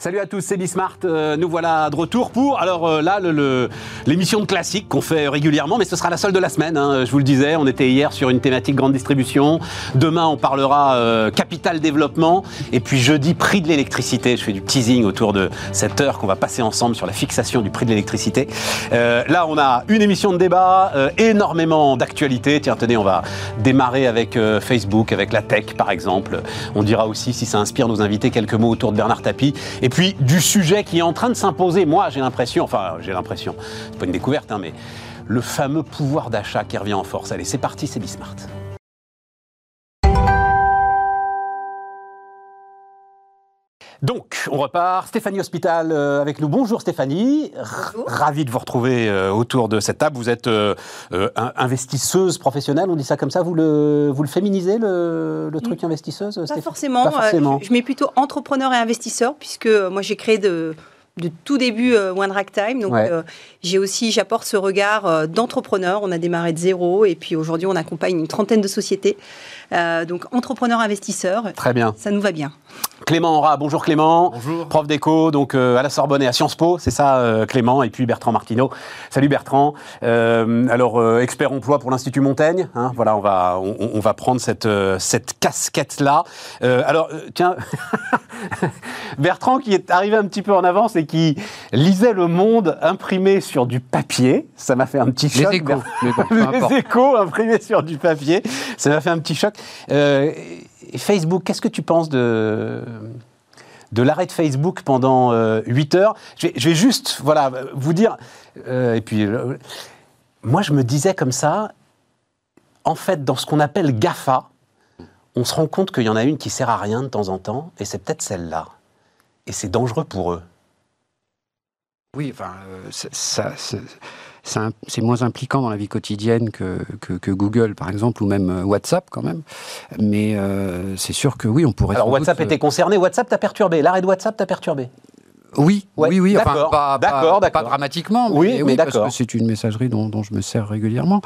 Salut à tous, c'est Bismart. Nous voilà de retour pour, l'émission de classique qu'on fait régulièrement, mais ce sera la seule de la semaine. Je vous le disais, on était hier sur une thématique grande distribution. Demain, on parlera capital développement. Et puis jeudi, prix de l'électricité. Je fais du teasing autour de cette heure qu'on va passer ensemble sur la fixation du prix de l'électricité. Là, on a une émission de débat, énormément d'actualités. Tiens, tenez, on va démarrer avec Facebook, avec la tech, par exemple. On dira aussi, si ça inspire nos invités, quelques mots autour de Bernard Tapie. Et puis, du sujet qui est en train de s'imposer, moi, j'ai l'impression, c'est pas une découverte, mais le fameux pouvoir d'achat qui revient en force. Allez, c'est parti, c'est Bismart. Donc, on repart. Stéphanie Hospital avec nous. Bonjour Stéphanie. Bonjour. Ravi de vous retrouver autour de cette table. Vous êtes investisseuse professionnelle, on dit ça comme ça. Vous le féminisez, le truc investisseuse, Stéphanie ? Pas forcément. Je mets plutôt entrepreneur et investisseur, puisque moi j'ai créé de tout début One Ragtime. Donc j'apporte ce regard d'entrepreneur. On a démarré de zéro et puis aujourd'hui on accompagne une trentaine de sociétés. Donc entrepreneur investisseur. Très bien. Ça nous va bien. Clément Aura, bonjour Clément. Bonjour. Prof d'éco, donc à la Sorbonne et à Sciences Po, c'est ça Clément, et puis Bertrand Martineau. Salut Bertrand. Expert emploi pour l'Institut Montaigne. Voilà, on va prendre cette casquette-là. Tiens, Bertrand qui est arrivé un petit peu en avance et qui lisait Le Monde imprimé sur du papier. Ça m'a fait un petit choc. Les échos imprimés sur du papier. Ça m'a fait un petit choc. Facebook, qu'est-ce que tu penses de l'arrêt de Facebook pendant 8 heures ? Je vais juste vous dire... moi, je me disais comme ça, en fait, dans ce qu'on appelle GAFA, on se rend compte qu'il y en a une qui sert à rien de temps en temps, et c'est peut-être celle-là. Et c'est dangereux pour eux. Oui, c'est moins impliquant dans la vie quotidienne que Google, par exemple, ou même WhatsApp, quand même. Mais c'est sûr que oui, on pourrait... Alors, WhatsApp était concerné. WhatsApp t'a perturbé. L'arrêt de WhatsApp t'a perturbé. Oui. D'accord, Enfin, pas dramatiquement, mais d'accord. Parce que c'est une messagerie dont je me sers régulièrement.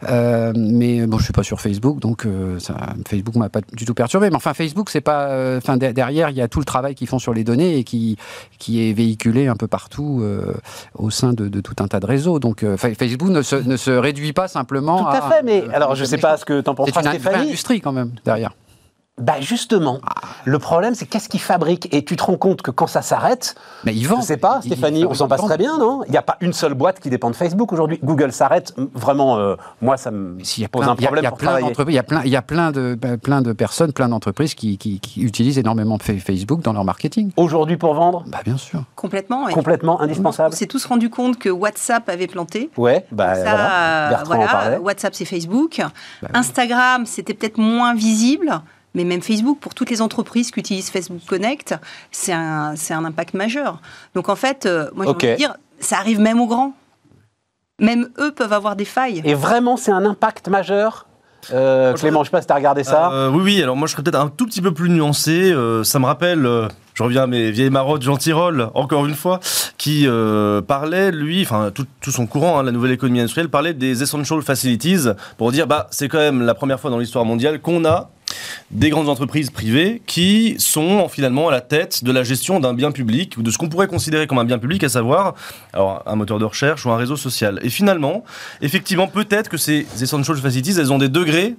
Mais bon, je suis pas sur Facebook, donc Facebook m'a pas du tout perturbé. Mais enfin, Facebook, c'est pas... derrière, il y a tout le travail qu'ils font sur les données et qui est véhiculé un peu partout au sein de tout un tas de réseaux. Donc, Facebook ne se réduit pas simplement tout à fait, mais alors je sais pas ce que t'en penses, Stéphanie. C'est une vraie industrie, quand même, derrière. Justement, le problème, c'est qu'est-ce qu'ils fabriquent ? Et tu te rends compte que quand ça s'arrête, mais ils vendent. Je sais pas, Stéphanie, on s'en passe très bien, non ? Il n'y a pas une seule boîte qui dépend de Facebook aujourd'hui. Google s'arrête, vraiment, moi, ça me pose un problème pour travailler. Il y a plein de personnes, plein d'entreprises qui utilisent énormément Facebook dans leur marketing. Aujourd'hui, pour vendre ? Bien sûr. Complètement. Complètement indispensable. On s'est tous rendu compte que WhatsApp avait planté. Ouais, Bertrand en parlait. WhatsApp, c'est Facebook. Instagram, c'était peut-être moins visible. Mais même Facebook, pour toutes les entreprises qui utilisent Facebook Connect, c'est un impact majeur. Donc en fait, moi j'ai envie de dire, ça arrive même aux grands. Même eux peuvent avoir des failles. Et vraiment, c'est un impact majeur ? Clément, je ne sais pas si tu as regardé ça. Oui, alors moi je serais peut-être un tout petit peu plus nuancé. Ça me rappelle, je reviens à mes vieilles marottes, Jean Tirole, encore une fois, qui parlait, lui, tout son courant, la nouvelle économie industrielle, parlait des essential facilities, pour dire, c'est quand même la première fois dans l'histoire mondiale qu'on a des grandes entreprises privées qui sont finalement à la tête de la gestion d'un bien public ou de ce qu'on pourrait considérer comme un bien public, à savoir un moteur de recherche ou un réseau social. Et finalement, effectivement, peut-être que ces essential facilities, elles ont des degrés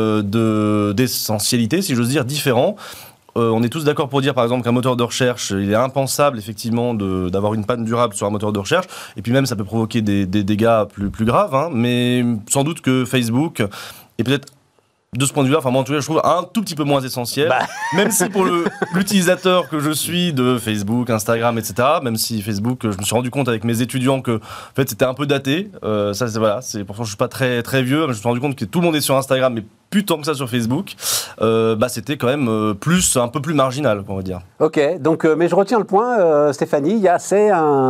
d'essentialité, si j'ose dire, différents. On est tous d'accord pour dire, par exemple, qu'un moteur de recherche, il est impensable, effectivement, d'avoir une panne durable sur un moteur de recherche. Et puis même, ça peut provoquer des dégâts plus graves. Mais sans doute que Facebook est peut-être, de ce point de vue-là, moi en tout cas, je trouve un tout petit peu moins essentiel. Même si pour l'utilisateur que je suis de Facebook, Instagram, etc., même si Facebook, je me suis rendu compte avec mes étudiants que en fait, c'était un peu daté. C'est pour ça que je suis pas très, très vieux. Mais je me suis rendu compte que tout le monde est sur Instagram, mais plus tant que ça sur Facebook. C'était quand même un peu plus marginal, on va dire. Ok, donc, mais je retiens le point, Stéphanie. C'est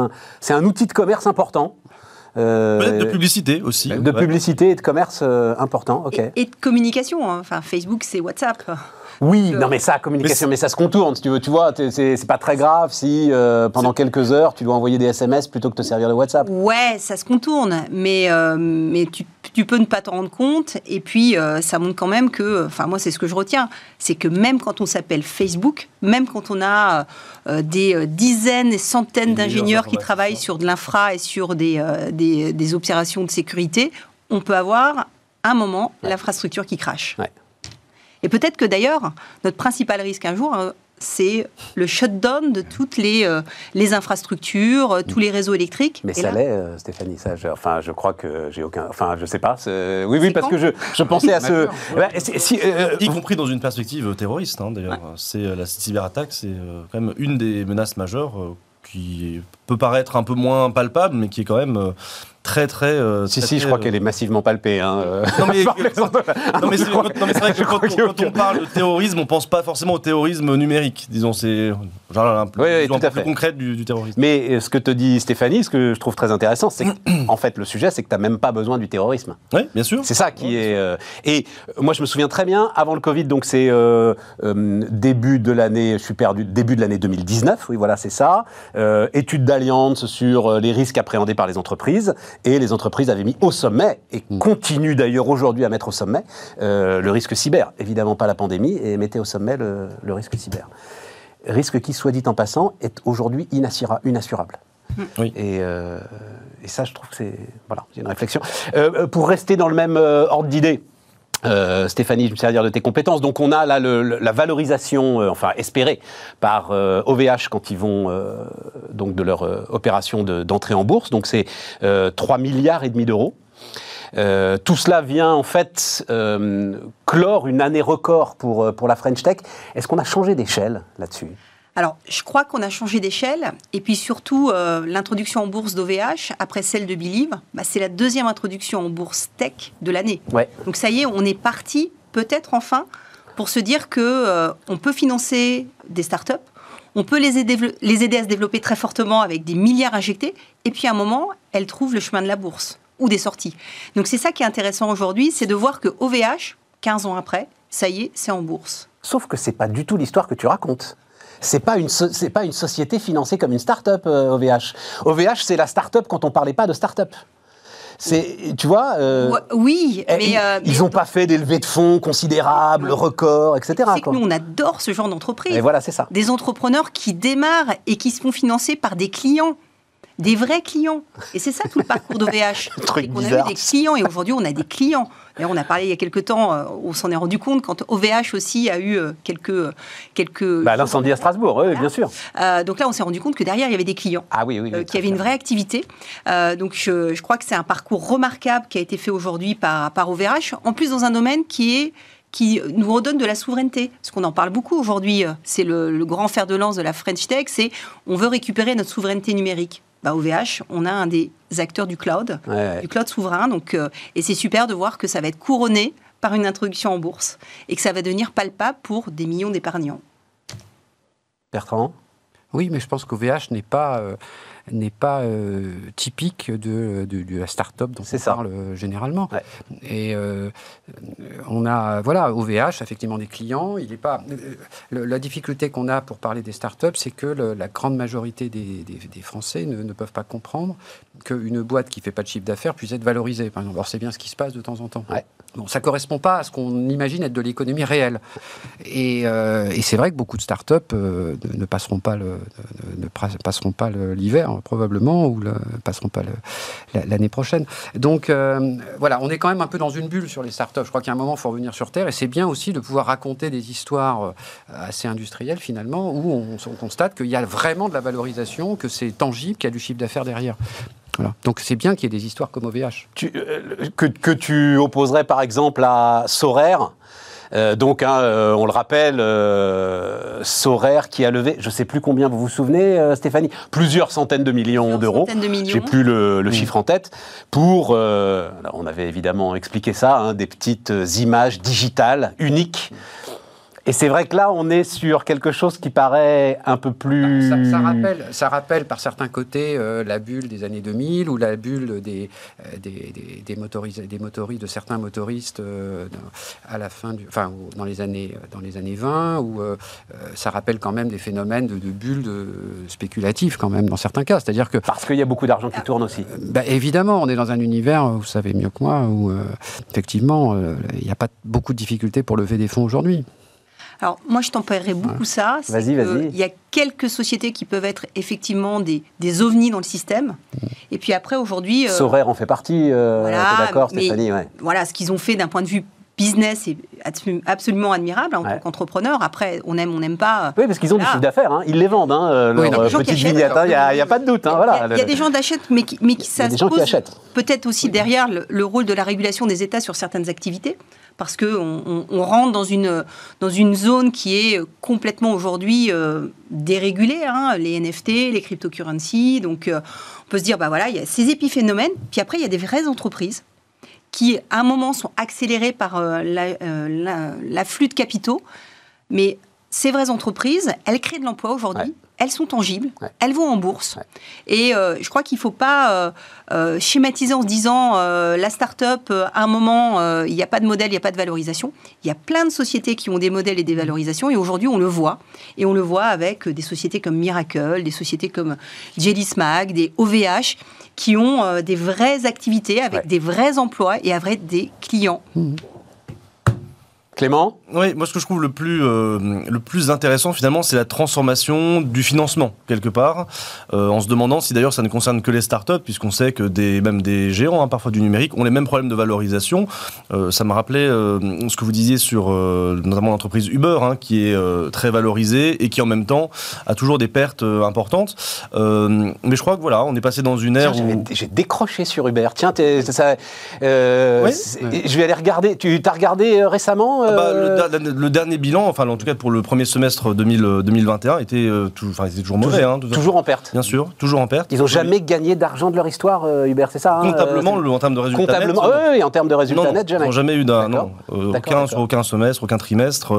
un outil de commerce important. Peut-être de publicité aussi. De publicité et de commerce important, ok. Et de communication. Enfin, Facebook, c'est WhatsApp. Oui, non mais ça, communication, mais ça se contourne, si tu veux. Tu vois, c'est pas très grave si pendant quelques heures, tu dois envoyer des SMS plutôt que de te servir de WhatsApp. Ouais, ça se contourne, mais tu peux ne pas t'en rendre compte. Et puis, ça montre quand même que, enfin moi, c'est ce que je retiens, c'est que même quand on s'appelle Facebook, même quand on a des dizaines et centaines d'ingénieurs qui travaillent sur de l'infra et sur des opérations de sécurité, on peut avoir, à un moment, l'infrastructure qui crache. Ouais. Et peut-être que d'ailleurs, notre principal risque un jour, c'est le shutdown de toutes les infrastructures, tous les réseaux électriques. Mais et ça l'est, Stéphanie. Ça, je crois que j'ai aucun. Enfin, je sais pas. Oui, parce que je pensais à ce. Y compris dans une perspective terroriste, hein, d'ailleurs. Ouais. C'est la cyberattaque, c'est quand même une des menaces majeures qui peut paraître un peu moins palpable, mais qui est quand même. Très, je crois qu'elle est massivement palpée. Hein. Non, mais c'est vrai que quand on parle de terrorisme, on ne pense pas forcément au terrorisme numérique. Disons, c'est genre un peu plus concret du terrorisme. Mais ce que te dit Stéphanie, ce que je trouve très intéressant, c'est qu'en fait, le sujet, c'est que tu n'as même pas besoin du terrorisme. Oui, bien sûr. C'est ça qui est... Et moi, je me souviens très bien, avant le Covid, donc c'est début de l'année, je suis perdu, début de l'année 2019, oui, voilà, c'est ça. Étude d'Allianz sur les risques appréhendés par les entreprises. Et les entreprises avaient mis au sommet, et continuent d'ailleurs aujourd'hui à mettre au sommet, le risque cyber. Évidemment pas la pandémie, et mettez au sommet le risque cyber. Risque qui, soit dit en passant, est aujourd'hui inassurable. Oui. Et ça, je trouve que c'est une réflexion. Pour rester dans le même ordre d'idée, Stéphanie, je me sers de tes compétences. Donc on a là la valorisation, espérée par OVH quand ils vont donc de leur opération d'entrée en bourse. Donc c'est 3,5 milliards d'euros. Tout cela vient en fait clore une année record pour la French Tech. Est-ce qu'on a changé d'échelle là-dessus ? Alors, je crois qu'on a changé d'échelle, et puis surtout, l'introduction en bourse d'OVH, après celle de Believe, c'est la deuxième introduction en bourse tech de l'année. Ouais. Donc ça y est, on est parti, peut-être enfin, pour se dire qu'on peut financer des startups, on peut les aider à se développer très fortement avec des milliards injectés, et puis à un moment, elles trouvent le chemin de la bourse, ou des sorties. Donc c'est ça qui est intéressant aujourd'hui, c'est de voir que OVH, 15 ans après, ça y est, c'est en bourse. Sauf que c'est pas du tout l'histoire que tu racontes. C'est pas une société financée comme une start-up, OVH. OVH, c'est la start-up quand on parlait pas de start-up. Tu vois oui, mais ils n'ont pas fait des levées de fonds considérables, records, etc. C'est que nous, on adore ce genre d'entreprise. Et voilà, c'est ça. Des entrepreneurs qui démarrent et qui se font financer par des clients. Des vrais clients. Et c'est ça tout le parcours d'OVH. On a eu des clients et aujourd'hui on a des clients. D'ailleurs, on a parlé il y a quelques temps, on s'en est rendu compte quand OVH aussi a eu quelques l'incendie à Strasbourg, oui, bien sûr. Donc là, on s'est rendu compte que derrière, il y avait des clients. Ah oui, qui avaient une vraie activité. Donc je crois que c'est un parcours remarquable qui a été fait aujourd'hui par OVH. En plus, dans un domaine qui nous redonne de la souveraineté. Parce qu'on en parle beaucoup aujourd'hui. C'est le grand fer de lance de la French Tech, c'est on veut récupérer notre souveraineté numérique. OVH, on a un des acteurs du cloud souverain. Donc, et c'est super de voir que ça va être couronné par une introduction en bourse et que ça va devenir palpable pour des millions d'épargnants. Bertrand ? Oui, mais je pense qu'OVH n'est pas typique de la start-up dont on parle généralement. Ouais. Et on a, OVH, effectivement, des clients. Il est pas, la difficulté qu'on a pour parler des start-up, c'est que la grande majorité des Français ne peuvent pas comprendre qu'une boîte qui ne fait pas de chiffre d'affaires puisse être valorisée, par exemple. Alors, c'est bien ce qui se passe de temps en temps. Ouais. Bon, ça ne correspond pas à ce qu'on imagine être de l'économie réelle. Et c'est vrai que beaucoup de start-up ne passeront pas l'hiver, probablement, ou passeront pas l'année prochaine. Donc, on est quand même un peu dans une bulle sur les start-up. Je crois qu'à un moment, il faut revenir sur Terre. Et c'est bien aussi de pouvoir raconter des histoires assez industrielles, finalement, où on constate qu'il y a vraiment de la valorisation, que c'est tangible, qu'il y a du chiffre d'affaires derrière. Voilà. Donc c'est bien qu'il y ait des histoires comme OVH. Que tu opposerais par exemple à Sorare. On le rappelle, Sorare qui a levé, je ne sais plus combien, vous vous souvenez, Stéphanie, plusieurs centaines de millions d'euros. J'ai plus le chiffre en tête. On avait évidemment expliqué ça, des petites images digitales uniques. Et c'est vrai que là, on est sur quelque chose qui paraît un peu plus... Ça rappelle par certains côtés la bulle des années 2000 ou la bulle des motoristes, de certains motoristes à la fin dans les années 20, où ça rappelle quand même des phénomènes de bulles spéculatives quand même dans certains cas. C'est-à-dire que parce qu'il y a beaucoup d'argent qui tourne aussi. Évidemment, on est dans un univers, vous savez mieux que moi, où effectivement, il n'y a pas beaucoup de difficultés pour lever des fonds aujourd'hui. Alors, moi, je tempérerais beaucoup ça. Vas-y. Il y a quelques sociétés qui peuvent être effectivement des ovnis dans le système. Et puis après, aujourd'hui... Sorare en fait partie, voilà, t'es d'accord, Stéphanie? Voilà, ce qu'ils ont fait d'un point de vue business est absolument admirable en tant qu'entrepreneur. Après, on aime, on n'aime pas. Oui, parce qu'ils ont du chiffre d'affaires. Hein. Ils les vendent, leur petite vignette. Il n'y a pas de doute. Il y a des gens qui achètent, mais qui ça se pose peut-être aussi derrière le rôle de la régulation des États sur certaines activités. Parce qu'on rentre dans une zone qui est complètement aujourd'hui dérégulée, les NFT, les cryptocurrencies. Donc, on peut se dire, il y a ces épiphénomènes. Puis après, il y a des vraies entreprises qui, à un moment, sont accélérées par l'afflux de capitaux. Mais ces vraies entreprises, elles créent de l'emploi aujourd'hui. Elles sont tangibles, elles vont en bourse. Et je crois qu'il ne faut pas schématiser en se disant la start-up, à un moment, il n'y a pas de modèle, il n'y a pas de valorisation. Il y a plein de sociétés qui ont des modèles et des valorisations. Et aujourd'hui, on le voit. Et on le voit avec des sociétés comme Miracle, des sociétés comme Jelly Smag, des OVH, qui ont des vraies activités avec des vrais emplois et avec des clients. Clément ? Oui, moi ce que je trouve le plus intéressant finalement, c'est la transformation du financement quelque part, en se demandant si d'ailleurs ça ne concerne que les startups, puisqu'on sait que même des géants, parfois du numérique, ont les mêmes problèmes de valorisation. Ça me rappelait ce que vous disiez sur notamment l'entreprise Uber, qui est très valorisée et qui en même temps a toujours des pertes importantes. Mais je crois que voilà, on est passé dans une ère où... J'ai décroché sur Uber. Tiens, je vais aller regarder. Tu t'as regardé récemment le dernier bilan, enfin en tout cas pour le premier semestre 2021, était toujours mauvais. Toujours en perte. Bien sûr, toujours en perte. Ils n'ont jamais gagné d'argent de leur histoire, Uber, c'est ça Comptablement, en termes de résultats nets. Oui, en termes de résultats nets, jamais. Ils n'ont jamais eu sur aucun semestre, aucun trimestre.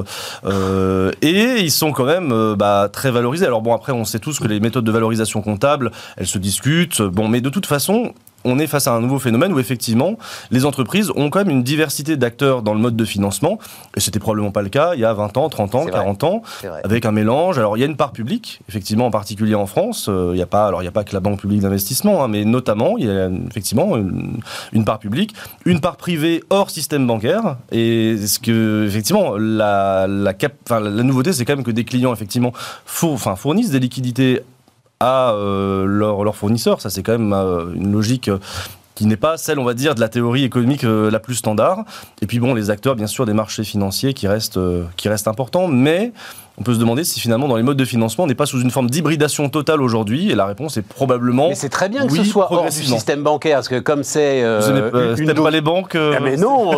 Et ils sont quand même très valorisés. Alors bon, après, on sait tous que les méthodes de valorisation comptable, elles se discutent. Bon, mais de toute façon... On est face à un nouveau phénomène où effectivement les entreprises ont quand même une diversité d'acteurs dans le mode de financement, et c'était probablement pas le cas il y a 20 ans, 30 ans, 40 ans, avec un mélange. Alors il y a une part publique, effectivement en particulier en France, il n'y a pas que la Banque publique d'investissement, mais notamment il y a effectivement une part publique, une part privée hors système bancaire, et ce que effectivement la nouveauté c'est quand même que des clients effectivement fournissent des liquidités à leurs fournisseurs. Ça, c'est quand même une logique qui n'est pas celle, on va dire, de la théorie économique la plus standard. Et puis bon, les acteurs, bien sûr, des marchés financiers qui restent importants, mais on peut se demander si finalement, dans les modes de financement, on n'est pas sous une forme d'hybridation totale aujourd'hui, et la réponse est probablement... Mais c'est très bien que ce soit hors du système bancaire, parce que comme c'est... Vous n'aimez pas les banques Mais non,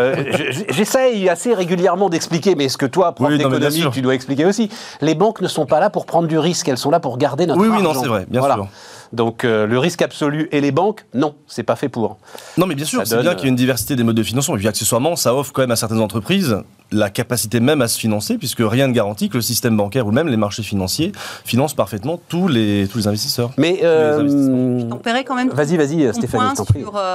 j'essaye assez régulièrement d'expliquer, mais ce que toi, prof d'économie, tu dois expliquer aussi. Les banques ne sont pas là pour prendre du risque, elles sont là pour garder notre argent. Oui, non, c'est vrai, bien sûr. Donc le risque absolu et les banques, non, c'est pas fait pour. Non, mais bien sûr, c'est bien qu'il y ait une diversité des modes de financement. Et puis accessoirement, ça offre quand même à certaines entreprises la capacité même à se financer, puisque rien ne garantit que le système bancaire ou même les marchés financiers financent parfaitement tous les investisseurs. Mais je tempérais quand même. Vas-y, Stéphanie, je t'en prie. Sur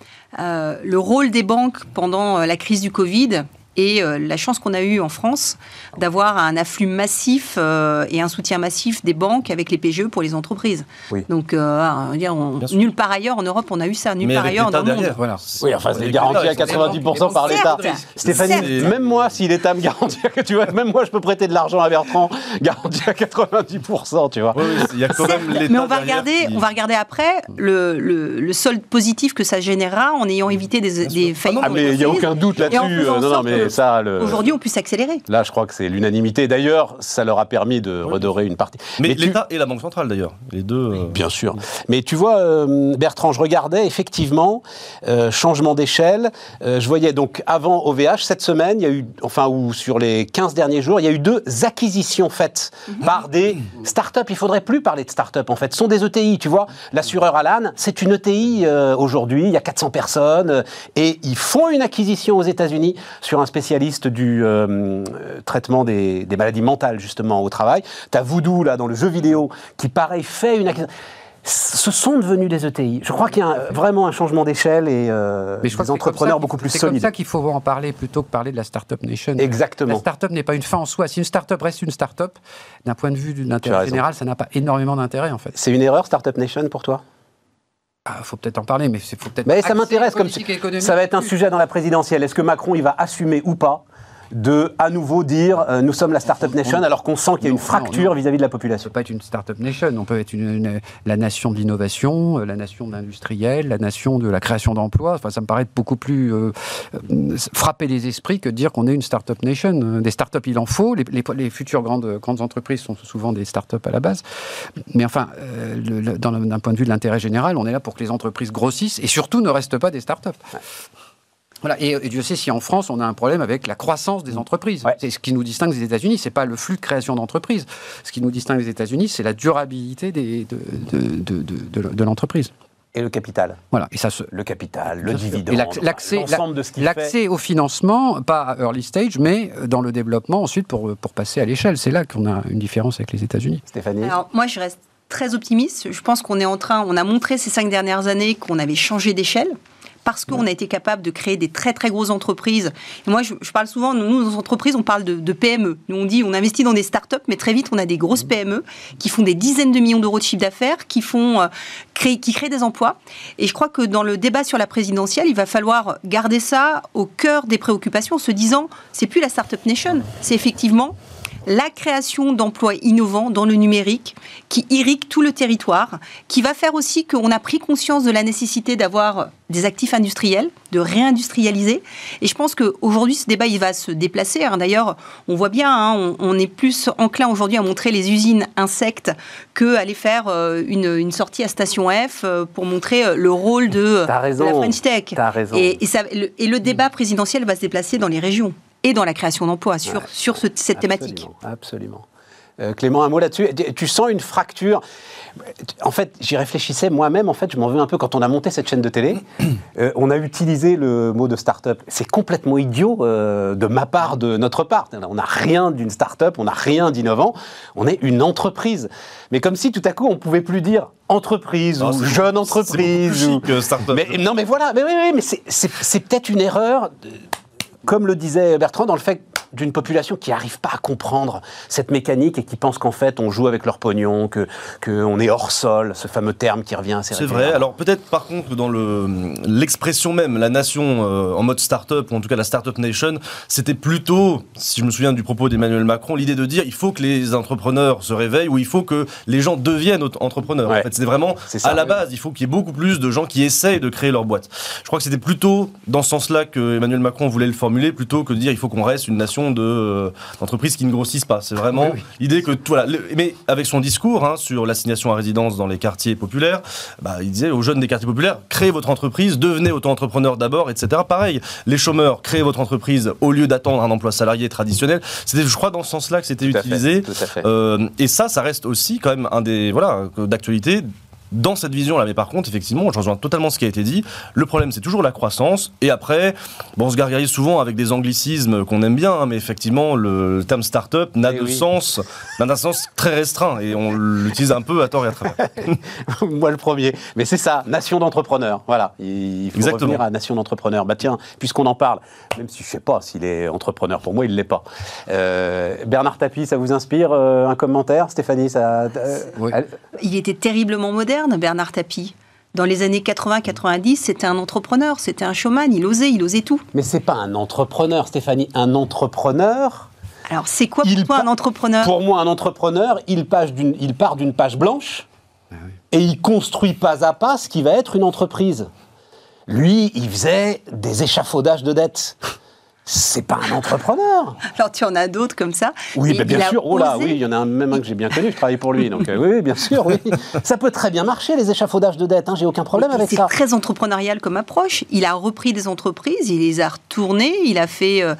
le rôle des banques pendant la crise du Covid. Et la chance qu'on a eue en France d'avoir un afflux massif et un soutien massif des banques avec les PGE pour les entreprises. Oui. Donc, nulle part ailleurs en Europe, on a eu ça. Nulle part ailleurs dans le monde. Voilà. Oui, enfin, c'est garanti à 90% par l'État. Stéphanie, même moi, si l'État me garantit, tu vois, même moi, je peux prêter de l'argent à Bertrand, garanti à 90%, tu vois. Oui, il y a quand même l'État. Mais on va regarder après le solde positif que ça générera en ayant évité des faillites. Ah, mais il n'y a aucun doute là-dessus. Non, mais aujourd'hui, on peut s'accélérer. Là, je crois que c'est l'unanimité. D'ailleurs, ça leur a permis de redorer une partie. Mais l'État et la Banque centrale, d'ailleurs. Les deux. Bien sûr. Mais tu vois, Bertrand, je regardais effectivement changement d'échelle. Je voyais donc avant OVH, cette semaine, il y a eu, ou sur les 15 derniers jours, il y a eu 2 acquisitions faites par des startups. Il ne faudrait plus parler de startups, en fait. Ce sont des ETI, tu vois. L'assureur Alan, c'est une ETI aujourd'hui. Il y a 400 personnes et ils font une acquisition aux États-Unis sur un spécialiste du traitement des maladies mentales, justement, au travail. Tu as Voodoo, là, dans le jeu vidéo, qui, pareil, fait une... Ce sont devenus des ETI. Je crois qu'il y a vraiment un changement d'échelle et des entrepreneurs beaucoup plus solides. C'est comme ça qu'il faut en parler plutôt que parler de la Startup Nation. Exactement. La startup n'est pas une fin en soi. Si une startup reste une startup, d'un point de vue d'intérêt général, ça n'a pas énormément d'intérêt, en fait. C'est une erreur, Startup Nation, pour toi ? Faut peut-être en parler, mais faut peut-être... Mais ça m'intéresse, comme ça va être un sujet dans la présidentielle. Est-ce que Macron, il va assumer ou pas de, à nouveau, dire nous sommes la Startup Nation, alors qu'on sent qu'il y a une fracture vis-à-vis de la population? On ne peut pas être une Startup Nation, on peut être la nation de l'innovation, la nation de l'industriel, la nation de la création d'emplois. Enfin, ça me paraît beaucoup plus frapper les esprits que de dire qu'on est une Startup Nation. Des startups, il en faut. Les futures grandes entreprises sont souvent des startups à la base. Mais enfin, d'un point de vue de l'intérêt général, on est là pour que les entreprises grossissent et surtout ne restent pas des startups. Ouais. Voilà. Et Dieu sait si en France, on a un problème avec la croissance des entreprises. Ouais. C'est ce qui nous distingue des États-Unis. Ce n'est pas le flux de création d'entreprises. Ce qui nous distingue des États-Unis, c'est la durabilité de l'entreprise. Et le capital. Voilà. Et le capital, le dividende, l'ensemble de ce qu'il fait. L'accès au financement, pas à early stage, mais dans le développement ensuite pour passer à l'échelle. C'est là qu'on a une différence avec les États-Unis. Stéphanie ? Alors, moi, je reste très optimiste. Je pense qu'on on a montré ces 5 dernières années qu'on avait changé d'échelle. Parce qu'on a été capable de créer des très très grosses entreprises. Et moi, je parle souvent, nous, nos entreprises, on parle de PME. Nous, on dit, on investit dans des startups, mais très vite, on a des grosses PME qui font des dizaines de millions d'euros de chiffre d'affaires, qui créent des emplois. Et je crois que dans le débat sur la présidentielle, il va falloir garder ça au cœur des préoccupations, en se disant, c'est plus la Startup Nation, c'est effectivement la création d'emplois innovants dans le numérique qui irrigue tout le territoire, qui va faire aussi qu'on a pris conscience de la nécessité d'avoir des actifs industriels, de réindustrialiser. Et je pense qu'aujourd'hui, ce débat, il va se déplacer. D'ailleurs, on voit bien, on est plus enclin aujourd'hui à montrer les usines insectes qu'à aller faire une sortie à Station F pour montrer le rôle de la French Tech. T'as raison. Et le débat présidentiel va se déplacer dans les régions et dans la création d'emplois sur cette thématique. Absolument. Clément, un mot là-dessus. Tu sens une fracture? En fait, j'y réfléchissais moi-même. En fait, je m'en veux un peu quand on a monté cette chaîne de télé. On a utilisé le mot de start-up. C'est complètement idiot de ma part, de notre part. On n'a rien d'une start-up, on n'a rien d'innovant. On est une entreprise. Mais comme si tout à coup, on ne pouvait plus dire entreprise ou jeune entreprise. C'est plus chic, start-up. Mais voilà. Mais c'est peut-être une erreur. Comme le disait Bertrand, dans le fait d'une population qui n'arrive pas à comprendre cette mécanique et qui pense qu'en fait on joue avec leur pognon, qu'on est hors sol, ce fameux terme qui revient assez régulièrement. C'est vrai. Alors peut-être par contre dans l'expression même, la nation en mode start-up, ou en tout cas la Startup Nation, c'était plutôt, si je me souviens du propos d'Emmanuel Macron, l'idée de dire il faut que les entrepreneurs se réveillent ou il faut que les gens deviennent entrepreneurs. Ouais. En fait, c'était vraiment à la base, il faut qu'il y ait beaucoup plus de gens qui essayent de créer leur boîte. Je crois que c'était plutôt dans ce sens-là que Emmanuel Macron voulait le formuler, plutôt que de dire il faut qu'on reste une nation d'entreprises qui ne grossissent pas. C'est vraiment l'idée que mais avec son discours sur l'assignation à résidence dans les quartiers populaires, il disait aux jeunes des quartiers populaires, créez votre entreprise, devenez auto-entrepreneur d'abord, etc. Pareil, les chômeurs, créez votre entreprise au lieu d'attendre un emploi salarié traditionnel. C'était, je crois, dans ce sens-là que c'était utilisé. Tout à fait. Et ça reste aussi quand même un des d'actualité. Dans cette vision-là, mais par contre, effectivement, je rejoins totalement ce qui a été dit. Le problème, c'est toujours la croissance. Et après, on se gargarise souvent avec des anglicismes qu'on aime bien, mais effectivement, le terme start-up n'a d'un sens très restreint. Et on l'utilise un peu à tort et à travers. Moi, le premier. Mais c'est ça, nation d'entrepreneurs. Voilà. Il faut revenir à nation d'entrepreneurs. Tiens, puisqu'on en parle, même si je ne sais pas s'il est entrepreneur, pour moi, il ne l'est pas. Bernard Tapie, ça vous inspire un commentaire? Stéphanie, oui. Il était terriblement moderne, Bernard Tapie. Dans les années 80-90, c'était un entrepreneur, c'était un showman, il osait tout. Mais c'est pas un entrepreneur, Stéphanie. Un entrepreneur... Alors, c'est quoi pour toi un entrepreneur? Pour moi, un entrepreneur, il part d'une page blanche et il construit pas à pas ce qui va être une entreprise. Lui, il faisait des échafaudages de dettes. C'est pas un entrepreneur. Alors, tu en as d'autres comme ça. Oui, bien sûr. Oh là, oui, il y en a même un que j'ai bien connu, je travaille pour lui. Donc, oui, bien sûr, oui. Ça peut très bien marcher, les échafaudages de dettes. J'ai aucun problème avec ça. C'est très entrepreneurial comme approche. Il a repris des entreprises, il les a retournées, il a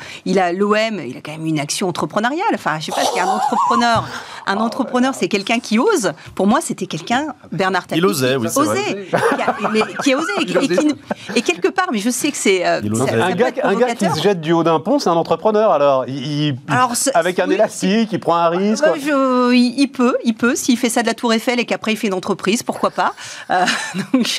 l'OM, il a quand même une action entrepreneuriale. Enfin, je sais pas, c'est un entrepreneur. Un entrepreneur, c'est quelqu'un qui ose. Pour moi, c'était quelqu'un, Bernard Tapie. Il osait, oui, c'est vrai. Qui a osé. Et quelque part, mais je sais que c'est un gars qui se jette du haut d'un pont, c'est un entrepreneur alors. Avec un élastique, il prend un risque. Il peut. S'il fait ça de la Tour Eiffel et qu'après il fait une entreprise, pourquoi pas. Donc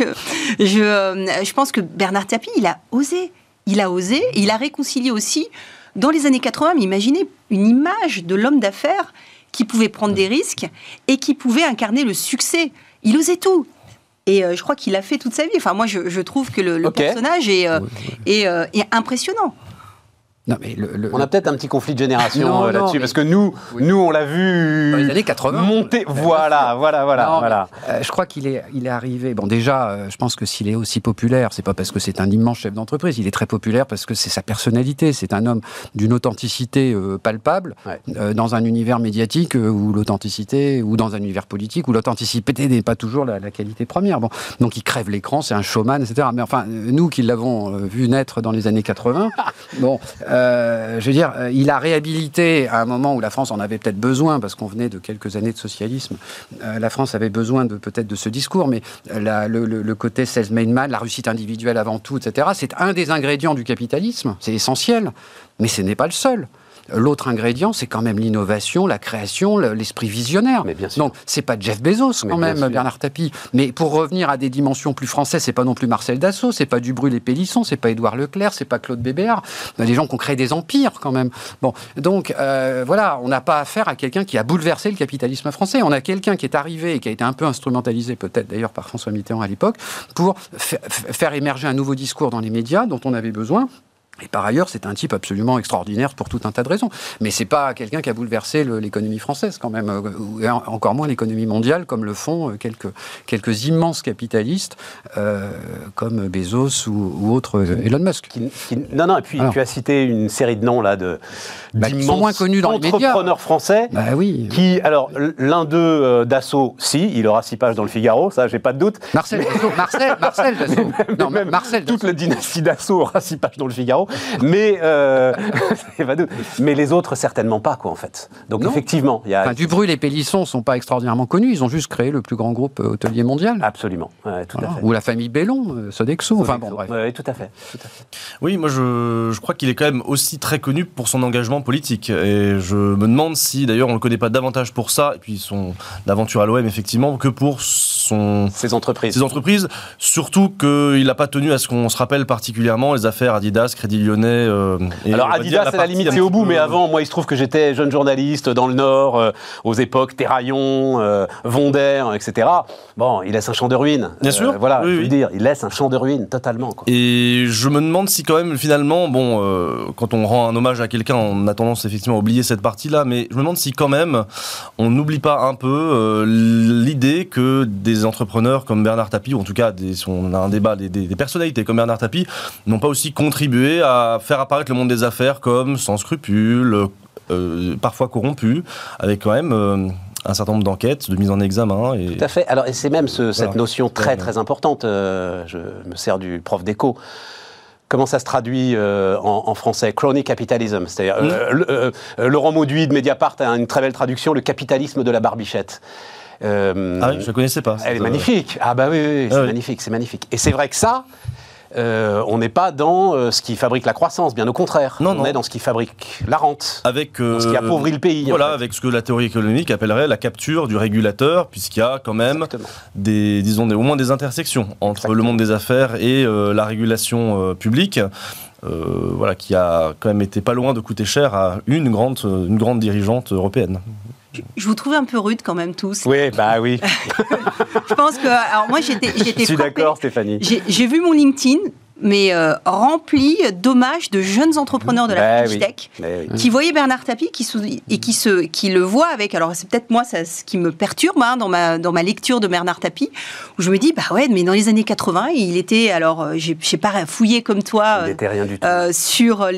je pense que Bernard Tapie, il a osé. Il a réconcilié aussi, dans les années 80, mais imaginez une image de l'homme d'affaires qui pouvait prendre des risques et qui pouvait incarner le succès. Il osait tout. Et je crois qu'il a fait toute sa vie. Enfin, moi, je trouve que le personnage est impressionnant. Non, mais on a peut-être un petit conflit de génération là-dessus, parce que nous, on l'a vu dans les années 80 monter. Voilà. Je crois qu'il est arrivé. Bon, déjà, je pense que s'il est aussi populaire, c'est pas parce que c'est un immense chef d'entreprise. Il est très populaire parce que c'est sa personnalité. C'est un homme d'une authenticité palpable dans un univers médiatique où l'authenticité, ou dans un univers politique où l'authenticité n'est pas toujours la qualité première. Bon, donc il crève l'écran, c'est un showman, etc. Mais enfin, nous qui l'avons vu naître dans les années 80, bon. Je veux dire, il a réhabilité à un moment où la France en avait peut-être besoin, parce qu'on venait de quelques années de socialisme. La France avait besoin peut-être de ce discours, mais le côté self-made man, la réussite individuelle avant tout, etc., c'est un des ingrédients du capitalisme, c'est essentiel, mais ce n'est pas le seul. L'autre ingrédient, c'est quand même l'innovation, la création, l'esprit visionnaire. Mais bien sûr. Donc, c'est pas Jeff Bezos, quand même, Bernard Tapie. Mais pour revenir à des dimensions plus françaises, c'est pas non plus Marcel Dassault, c'est pas Dubrul et Pélisson, c'est pas Édouard Leclerc, c'est pas Claude Bébéar. Des gens qui ont créé des empires, quand même. Bon, donc, voilà, on n'a pas affaire à quelqu'un qui a bouleversé le capitalisme français. On a quelqu'un qui est arrivé et qui a été un peu instrumentalisé, peut-être d'ailleurs par François Mitterrand à l'époque, pour faire émerger un nouveau discours dans les médias dont on avait besoin. Et par ailleurs, c'est un type absolument extraordinaire pour tout un tas de raisons. Mais c'est pas quelqu'un qui a bouleversé l'économie française, quand même, et encore moins l'économie mondiale, comme le font quelques immenses capitalistes, comme Bezos ou autres, Elon Musk. Non, et puis tu as cité une série de noms là d'immenses entrepreneurs français. Bah oui. Qui, alors, l'un d'eux, Dassault, il aura 6 pages dans le Figaro, ça, j'ai pas de doute. Marcel Dassault. Marcel toute la dynastie Dassault aura 6 pages dans le Figaro. Mais les autres, certainement pas, quoi, en fait. Donc, effectivement, il y a... Dubrul et Pélisson ne sont pas extraordinairement connus. Ils ont juste créé le plus grand groupe hôtelier mondial. Absolument, tout à fait. Ou la famille Bellon, Sodexo. Enfin, bon, bref. Oui, tout à fait. Oui, moi, je crois qu'il est quand même aussi très connu pour son engagement politique. Et je me demande si, d'ailleurs, on ne le connaît pas davantage pour ça, et puis son aventure à l'OM, effectivement, que pour ses entreprises. Surtout qu'il n'a pas tenu à ce qu'on se rappelle particulièrement les affaires Adidas, Crédit Lyonnais. Alors Adidas, à la limite, c'est au bout, mais avant, moi, il se trouve que j'étais jeune journaliste dans le Nord, aux époques Terraillon, Vonder, etc. Bon, il laisse un champ de ruines. Bien sûr. Voilà, je veux dire, il laisse un champ de ruines, totalement, quoi. Et je me demande si quand même, finalement, quand on rend un hommage à quelqu'un, on a tendance effectivement à oublier cette partie-là, mais je me demande si quand même, on n'oublie pas un peu l'idée que des entrepreneurs comme Bernard Tapie, ou en tout cas, si on a un débat, des personnalités comme Bernard Tapie, n'ont pas aussi contribué à faire apparaître le monde des affaires comme sans scrupules, parfois corrompu, avec quand même un certain nombre d'enquêtes, de mise en examen. Tout à fait. Alors, et c'est même cette notion très importante, je me sers du prof d'éco. Comment ça se traduit en français? Crony capitalism. C'est-à-dire, Laurent Mauduit de Mediapart a une très belle traduction, le capitalisme de la barbichette. Ah oui, je ne la connaissais pas. Elle est magnifique. Ah bah oui, c'est magnifique. Et c'est vrai que ça, on n'est pas dans ce qui fabrique la croissance, bien au contraire. On est dans ce qui fabrique la rente, avec dans ce qui appauvrit le pays. Voilà, avec ce que la théorie économique appellerait la capture du régulateur, puisqu'il y a quand même au moins des intersections entre le monde des affaires et la régulation publique. Qui a quand même été pas loin de coûter cher à une grande dirigeante européenne. Je vous trouve un peu rude quand même tous. Oui, bah oui. Je pense que... Alors moi, j'étais Je suis d'accord, Stéphanie. J'ai vu mon LinkedIn, mais rempli d'hommages de jeunes entrepreneurs de la French Tech qui voyaient Bernard Tapie qui le voient avec... Alors c'est peut-être moi ce qui me perturbe dans ma lecture de Bernard Tapie, où je me dis, mais dans les années 80, il était... Alors, j'ai pas fouillé comme toi il n'était rien du tout. sur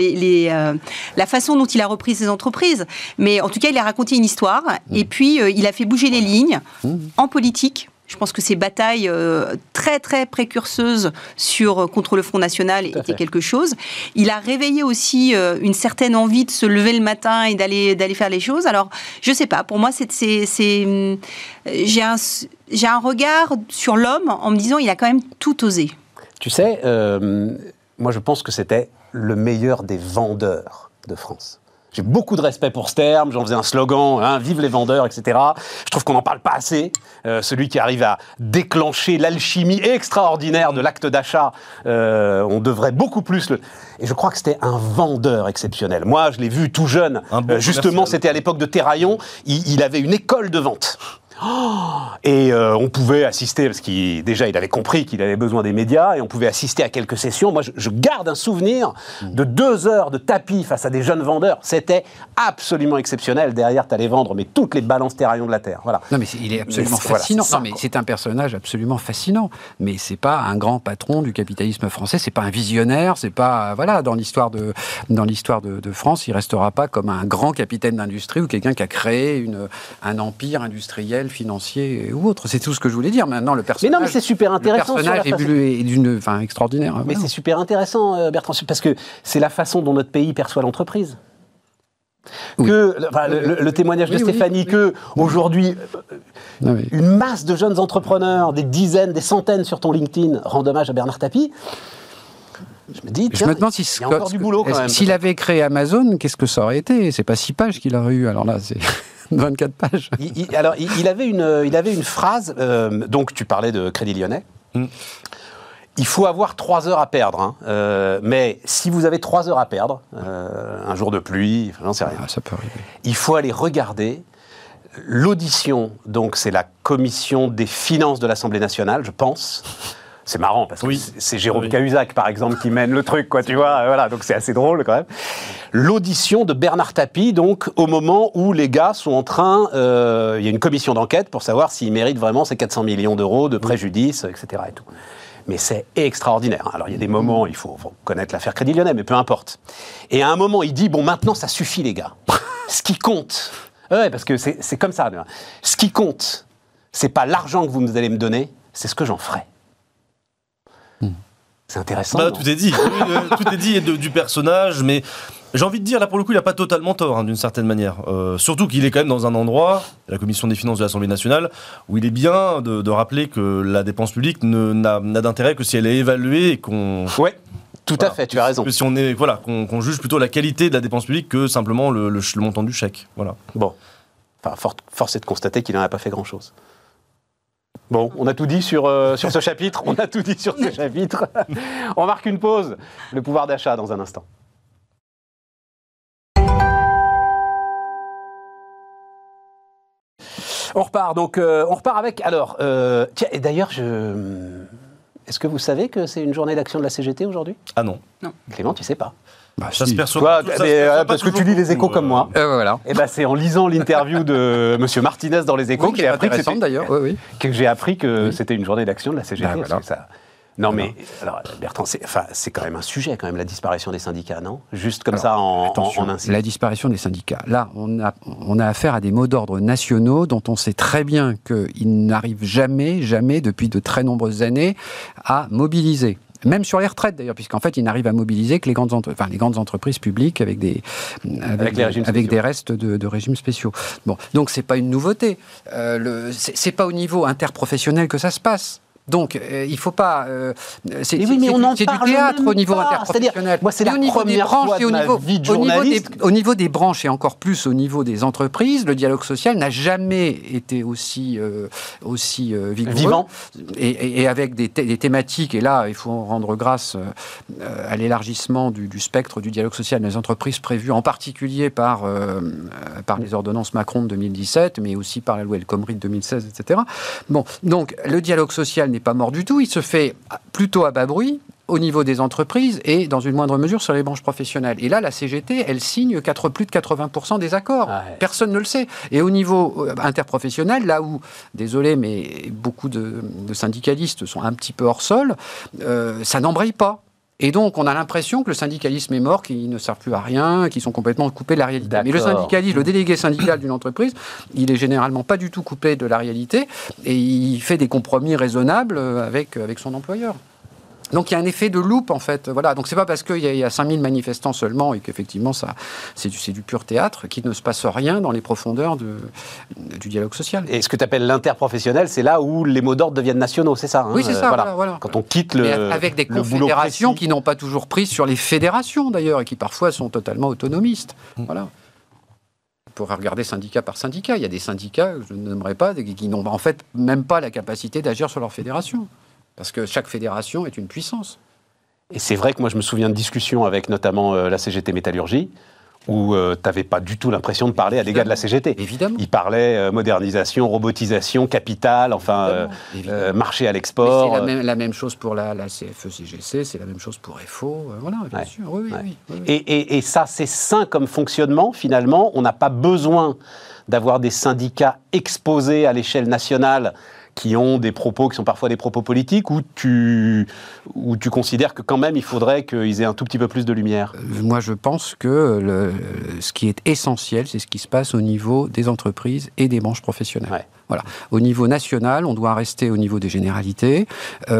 la façon dont il a repris ses entreprises. Mais en tout cas, il a raconté une histoire et puis il a fait bouger les lignes en politique. Je pense que ces batailles très, très précurseuses contre le Front National étaient quelque chose. Il a réveillé aussi une certaine envie de se lever le matin et d'aller faire les choses. Alors, je ne sais pas, pour moi, j'ai un regard sur l'homme en me disant il a quand même tout osé. Tu sais, moi je pense que c'était le meilleur des vendeurs de France. J'ai beaucoup de respect pour ce terme, j'en faisais un slogan, hein, vive les vendeurs, etc. Je trouve qu'on n'en parle pas assez. Celui qui arrive à déclencher l'alchimie extraordinaire de l'acte d'achat, on devrait beaucoup plus le... Et je crois que c'était un vendeur exceptionnel. Moi, je l'ai vu tout jeune. Justement, c'était à l'époque de Terraillon. Il avait une école de vente. Et on pouvait assister, parce qu'il avait compris qu'il avait besoin des médias, et on pouvait assister à quelques sessions. Moi, je garde un souvenir de 2 heures de tapis face à des jeunes vendeurs. C'était absolument exceptionnel. Derrière, tu allais vendre mais toutes les balances Terraillon de la Terre. Voilà. Non, mais il est absolument fascinant. Voilà, c'est un personnage absolument fascinant. Mais c'est pas un grand patron du capitalisme français. C'est pas un visionnaire. C'est pas dans l'histoire de France, il restera pas comme un grand capitaine d'industrie ou quelqu'un qui a créé un empire industriel, financier ou autre. C'est tout ce que je voulais dire. Maintenant, le personnage... Mais non, mais c'est super intéressant. Le personnage est extraordinaire. Mais c'est super intéressant, Bertrand, parce que c'est la façon dont notre pays perçoit l'entreprise. Oui. Le témoignage de Stéphanie, aujourd'hui, une masse de jeunes entrepreneurs, des dizaines, des centaines sur ton LinkedIn, rendent hommage à Bernard Tapie. Je me dis, tiens, il y a encore du boulot quand même. S'il avait créé Amazon, qu'est-ce que ça aurait été ? C'est pas 6 pages qu'il aurait eu. Alors là, c'est 24 pages. Il avait une phrase, donc tu parlais de Crédit Lyonnais. Il faut avoir 3 heures à perdre. Mais si vous avez 3 heures à perdre, un jour de pluie, j'en sais rien. Ça peut arriver. Il faut aller regarder l'audition. Donc c'est la commission des finances de l'Assemblée nationale, je pense. C'est marrant parce que c'est Jérôme Cahuzac, par exemple, qui mène le truc, quoi, tu vois. Voilà, donc c'est assez drôle quand même. L'audition de Bernard Tapie, donc au moment où les gars sont en train, il y a une commission d'enquête pour savoir s'ils méritent vraiment ces 400 millions d'euros de préjudice, etc. Et tout. Mais c'est extraordinaire. Alors il y a des moments, il faut connaître l'affaire Crédit Lyonnais, mais peu importe. Et à un moment, il dit, bon, maintenant ça suffit les gars. Ce qui compte, parce que c'est comme ça. Ce qui compte, c'est pas l'argent que vous allez me donner, c'est ce que j'en ferai. C'est intéressant. Tout est dit. Tout est dit du personnage, mais j'ai envie de dire, là pour le coup, il n'a pas totalement tort, d'une certaine manière. Surtout qu'il est quand même dans un endroit, la commission des finances de l'Assemblée nationale, où il est bien de rappeler que la dépense publique n'a d'intérêt que si elle est évaluée et qu'on... Ouais. Tout à fait, tu as raison. Que si qu'on juge plutôt la qualité de la dépense publique que simplement le montant du chèque. Voilà. Bon. Enfin, force est de constater qu'il n'en a pas fait grand-chose. Bon, on a tout dit sur ce chapitre. On marque une pause. Le pouvoir d'achat dans un instant. On repart. Donc, on repart avec... Alors, tiens, et d'ailleurs, est-ce que vous savez que c'est une journée d'action de la CGT aujourd'hui ? Ah non. Clément, tu sais pas. Ça se perçoit. Parce que tu lis les Échos comme moi. Voilà. Et c'est en lisant l'interview de Monsieur Martinez dans les Échos que j'ai appris que j'ai appris que c'était une journée d'action de la CGT. Parce que ça... Non mais alors Bertrand, c'est quand même un sujet quand même la disparition des syndicats, non ? Juste comme ça en incite. La disparition des syndicats. Là, on a affaire à des mots d'ordre nationaux dont on sait très bien qu'ils n'arrivent jamais depuis de très nombreuses années à mobiliser. Même sur les retraites d'ailleurs, puisqu'en fait, ils n'arrivent à mobiliser que les grandes entreprises publiques avec des restes de régimes spéciaux. Bon, donc c'est pas une nouveauté. C'est pas au niveau interprofessionnel que ça se passe. Donc, il ne faut pas... c'est du théâtre au niveau interprofessionnel. Moi, c'est la première fois de ma vie de journaliste. Au niveau des branches et encore plus au niveau des entreprises, le dialogue social n'a jamais été aussi vigoureux. Vivant. Et avec des thématiques, et là, il faut rendre grâce à l'élargissement du spectre du dialogue social des entreprises prévues en particulier par les ordonnances Macron de 2017, mais aussi par la loi El Khomri de 2016, etc. Bon, donc, le dialogue social n'est pas mort du tout, il se fait plutôt à bas bruit au niveau des entreprises et dans une moindre mesure sur les branches professionnelles. Et là, la CGT, elle signe plus de 80% des accords. Ah ouais. Personne ne le sait. Et au niveau interprofessionnel, là où, désolé, mais beaucoup de syndicalistes sont un petit peu hors sol, ça n'embraye pas. Et donc, on a l'impression que le syndicalisme est mort, qu'ils ne servent plus à rien, qu'ils sont complètement coupés de la réalité. D'accord. Mais le syndicaliste, le délégué syndical d'une entreprise, il est généralement pas du tout coupé de la réalité et il fait des compromis raisonnables avec son employeur. Donc il y a un effet de loupe en fait. Voilà. Donc c'est pas parce qu'il y a 5000 manifestants seulement et qu'effectivement c'est du pur théâtre qu'il ne se passe rien dans les profondeurs du dialogue social. Et ce que tu appelles l'interprofessionnel, c'est là où les mots d'ordre deviennent nationaux, c'est ça, hein. Oui, c'est ça. Voilà. Quand on quitte avec des confédérations qui n'ont pas toujours prise sur les fédérations d'ailleurs et qui parfois sont totalement autonomistes. Voilà. On pourrait regarder syndicat par syndicat. Il y a des syndicats, je ne nommerai pas, qui n'ont en fait même pas la capacité d'agir sur leur fédération. Parce que chaque fédération est une puissance. Et c'est vrai que moi je me souviens de discussions avec notamment la CGT Métallurgie, où tu n'avais pas du tout l'impression de parler à des gars de la CGT. Évidemment. Ils parlaient modernisation, robotisation, capital, Évidemment. Marché à l'export. Mais c'est la même chose pour la CFE-CGC, c'est la même chose pour FO, voilà, bien sûr. Oui. Et ça, c'est sain comme fonctionnement, finalement. On n'a pas besoin d'avoir des syndicats exposés à l'échelle nationale qui ont des propos qui sont parfois des propos politiques, ou tu considères que quand même il faudrait qu'ils aient un tout petit peu plus de lumière? Moi je pense que ce qui est essentiel, c'est ce qui se passe au niveau des entreprises et des branches professionnelles. Ouais. Voilà. Au niveau national, on doit rester au niveau des généralités et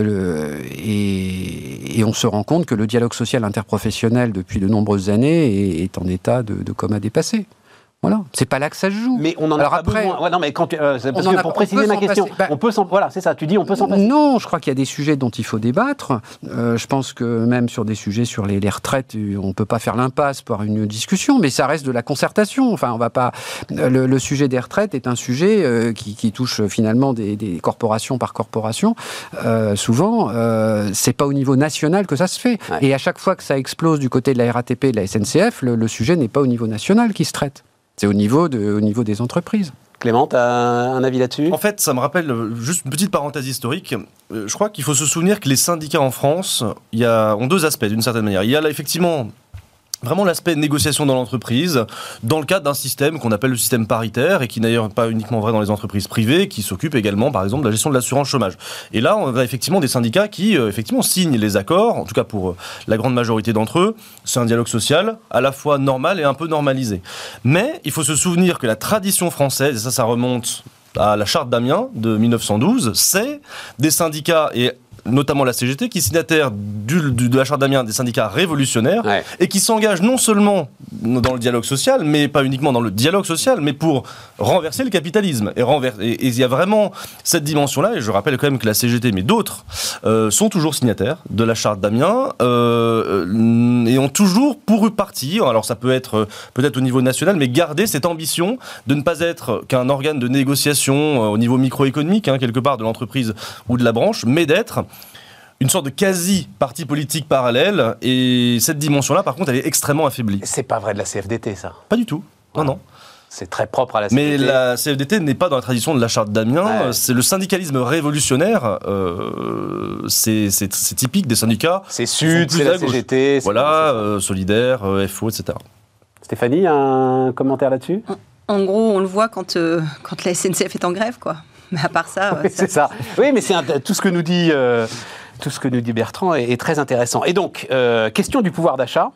on se rend compte que le dialogue social interprofessionnel depuis de nombreuses années est en état de coma dépassé. Voilà, c'est pas là que ça se joue. Mais on en a pas besoin. Ouais, non, mais parce que pour préciser ma question, on peut voilà, c'est ça. Tu dis on peut s'en passer. Non, je crois qu'il y a des sujets dont il faut débattre. Je pense que même sur des sujets sur les retraites, on peut pas faire l'impasse par une discussion, mais ça reste de la concertation. Enfin, on va pas. Le sujet des retraites est un sujet qui touche finalement des corporations par corporation. Souvent, c'est pas au niveau national que ça se fait. Ouais. Et à chaque fois que ça explose du côté de la RATP et de la SNCF, le sujet n'est pas au niveau national qui se traite. C'est au niveau des entreprises. Clément, tu as un avis là-dessus? En fait, ça me rappelle, juste une petite parenthèse historique, je crois qu'il faut se souvenir que les syndicats en France ont deux aspects d'une certaine manière. Il y a là, effectivement vraiment l'aspect négociation dans l'entreprise, dans le cadre d'un système qu'on appelle le système paritaire, et qui d'ailleurs pas uniquement vrai dans les entreprises privées, qui s'occupent également, par exemple, de la gestion de l'assurance chômage. Et là, on a effectivement des syndicats qui, effectivement, signent les accords, en tout cas pour la grande majorité d'entre eux. C'est un dialogue social à la fois normal et un peu normalisé. Mais il faut se souvenir que la tradition française, et ça remonte à la charte d'Amiens de 1912, c'est des syndicats et notamment la CGT, qui est signataire de la charte d'Amiens des syndicats révolutionnaires, et qui s'engage non seulement dans le dialogue social, mais pas uniquement dans le dialogue social, mais pour renverser le capitalisme. Et il y a vraiment cette dimension-là, et je rappelle quand même que la CGT, mais d'autres, sont toujours signataires de la charte d'Amiens, et ont toujours pour partie, alors ça peut être peut-être au niveau national, mais garder cette ambition de ne pas être qu'un organe de négociation au niveau microéconomique, quelque part de l'entreprise ou de la branche, mais d'être une sorte de quasi-parti politique parallèle, et cette dimension-là, par contre, elle est extrêmement affaiblie. C'est pas vrai de la CFDT, ça? Pas du tout. Non. C'est très propre à la CFDT. Mais la CFDT n'est pas dans la tradition de la charte d'Amiens. Ouais. C'est le syndicalisme révolutionnaire. C'est typique des syndicats. C'est Sud, c'est la CGT. Voilà, Solidaire, FO, etc. Stéphanie, un commentaire là-dessus? En gros, on le voit quand la SNCF est en grève, quoi. Mais à part ça... Oui, c'est ça. Oui, mais tout ce que nous dit Bertrand est très intéressant. Et donc, question du pouvoir d'achat.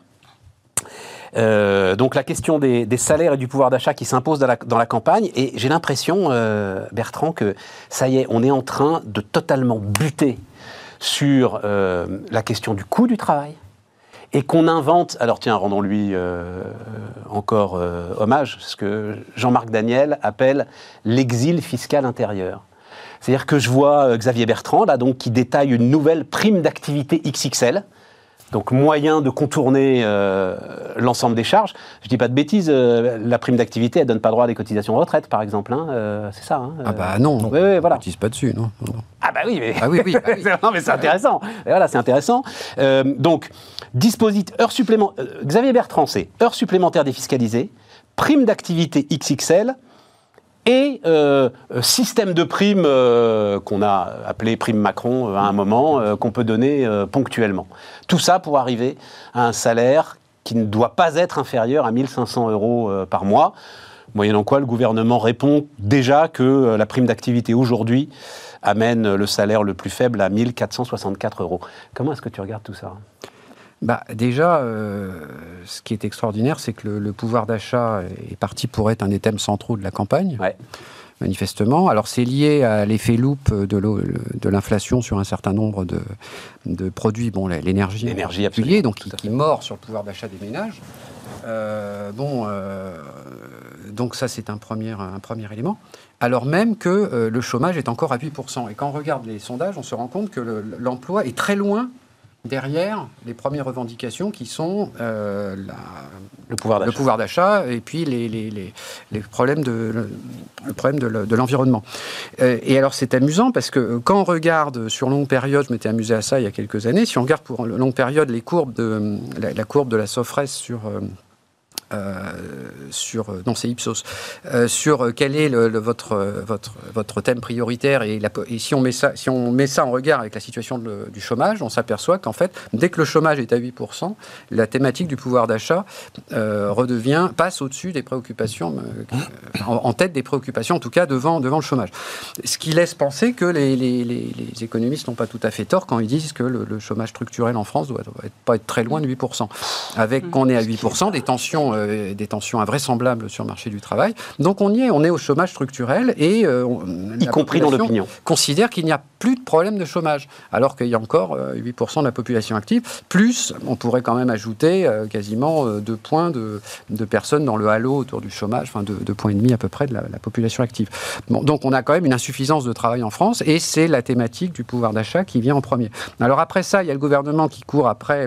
Donc la question des salaires et du pouvoir d'achat qui s'impose dans la campagne. Et j'ai l'impression, Bertrand, que ça y est, on est en train de totalement buter sur la question du coût du travail. Et qu'on invente, alors tiens, rendons-lui encore hommage, ce que Jean-Marc Daniel appelle l'exil fiscal intérieur. C'est-à-dire que je vois Xavier Bertrand, là, donc, qui détaille une nouvelle prime d'activité XXL, donc moyen de contourner l'ensemble des charges. Je dis pas de bêtises, la prime d'activité, elle donne pas droit à des cotisations retraite, par exemple. c'est ça. Ah bah non, oui, voilà. On cotise pas dessus, non. Ah bah oui, mais... Ah oui. Non, mais c'est intéressant. Et voilà, c'est intéressant. Donc, Xavier Bertrand, c'est heures supplémentaires défiscalisées, prime d'activité XXL, et système de primes qu'on a appelé prime Macron à un moment, qu'on peut donner ponctuellement. Tout ça pour arriver à un salaire qui ne doit pas être inférieur à 1 500 € par mois, moyennant quoi le gouvernement répond déjà que la prime d'activité aujourd'hui amène le salaire le plus faible à 1 464 €. Comment est-ce que tu regardes tout ça ? Déjà, ce qui est extraordinaire, c'est que le pouvoir d'achat est parti pour être un des thèmes centraux de la campagne. Ouais. manifestement. Alors c'est lié à l'effet loupe de l'inflation sur un certain nombre de produits, l'énergie en particulier, donc qui mord sur le pouvoir d'achat des ménages. Donc ça c'est un premier élément. Alors même que le chômage est encore à 8%. Et quand on regarde les sondages, on se rend compte que l'emploi est très loin derrière les premières revendications qui sont le pouvoir d'achat et puis les problèmes de l'environnement. Et alors c'est amusant parce que quand on regarde sur longue période, je m'étais amusé à ça il y a quelques années, si on regarde pour longue période les courbes la courbe de la Sofres c'est Ipsos, sur quel est votre thème prioritaire et si on met ça en regard avec la situation du chômage, on s'aperçoit qu'en fait, dès que le chômage est à 8%, la thématique du pouvoir d'achat passe au-dessus des préoccupations, en tête des préoccupations, en tout cas devant le chômage. Ce qui laisse penser que les économistes n'ont pas tout à fait tort quand ils disent que le chômage structurel en France doit pas être très loin de 8%. Avec qu'on est à 8%, des tensions invraisemblables sur le marché du travail. Donc on est au chômage structurel et y compris dans l'opinion, considère qu'il n'y a plus de problème de chômage, alors qu'il y a encore 8% de la population active. Plus, on pourrait quand même ajouter quasiment 2 points de personnes dans le halo autour du chômage, enfin 2 points et demi à peu près de la population active. Bon, donc on a quand même une insuffisance de travail en France et c'est la thématique du pouvoir d'achat qui vient en premier. Alors après ça, il y a le gouvernement qui court après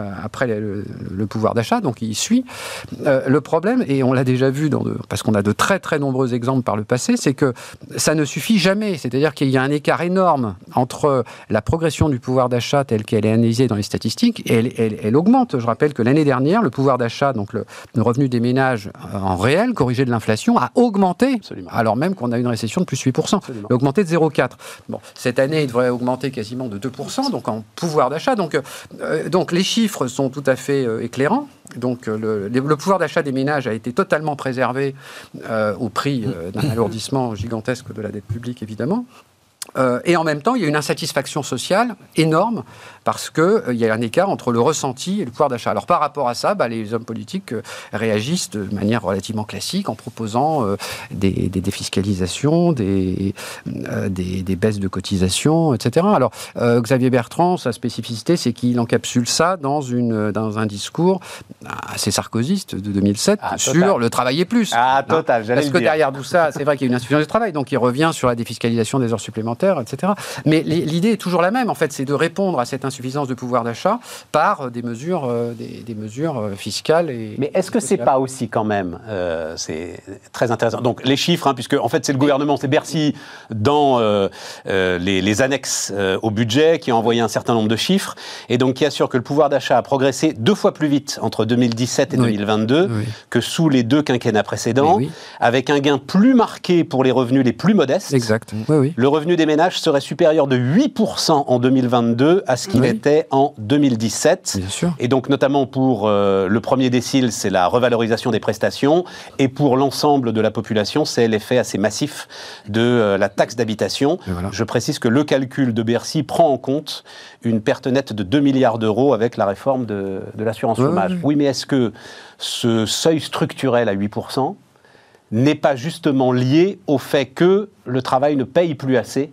le pouvoir d'achat, donc il suit. Le problème, et on l'a déjà vu parce qu'on a de très très nombreux exemples par le passé, c'est que ça ne suffit jamais. C'est-à-dire qu'il y a un écart énorme entre la progression du pouvoir d'achat telle qu'elle est analysée dans les statistiques et elle augmente. Je rappelle que l'année dernière, le pouvoir d'achat, donc le revenu des ménages en réel, corrigé de l'inflation, a augmenté. Absolument. Alors même qu'on a une récession de plus 8%. Absolument. Il a augmenté de 0,4%. Bon, cette année, il devrait augmenter quasiment de 2%, donc en pouvoir d'achat. Donc les chiffres sont tout à fait éclairants. Donc le pouvoir d'achat des ménages a été totalement préservé au prix d'un alourdissement gigantesque de la dette publique, évidemment. Et en même temps, il y a une insatisfaction sociale énorme parce qu'il y a un écart entre le ressenti et le pouvoir d'achat. Alors par rapport à ça, les hommes politiques réagissent de manière relativement classique en proposant des défiscalisations, des baisses de cotisations, etc. Alors Xavier Bertrand, sa spécificité, c'est qu'il encapsule ça dans un discours assez sarkozyste de 2007 sur le travailler plus. Total, j'allais le dire. Parce que derrière tout ça, c'est vrai qu'il y a une insuffisance de travail, donc il revient sur la défiscalisation des heures supplémentaires, etc. Mais l'idée est toujours la même, en fait, c'est de répondre à cette insuffisance de pouvoir d'achat par des mesures fiscales. Mais est-ce que c'est pas aussi quand même, c'est très intéressant. Donc les chiffres, puisque en fait c'est le gouvernement, c'est Bercy dans les annexes au budget qui a envoyé un certain nombre de chiffres et donc qui assure que le pouvoir d'achat a progressé 2 fois plus vite entre 2017 et 2022 que sous les 2 quinquennats précédents, avec un gain plus marqué pour les revenus les plus modestes. Exact. Oui. Le revenu des ménages serait supérieur de 8% en 2022 à ce qu'il était en 2017. Bien sûr. Et donc, notamment pour le premier décile, c'est la revalorisation des prestations. Et pour l'ensemble de la population, c'est l'effet assez massif de la taxe d'habitation. Voilà. Je précise que le calcul de Bercy prend en compte une perte nette de 2 milliards d'euros avec la réforme de l'assurance chômage. Oui, mais est-ce que ce seuil structurel à 8% n'est pas justement lié au fait que le travail ne paye plus assez?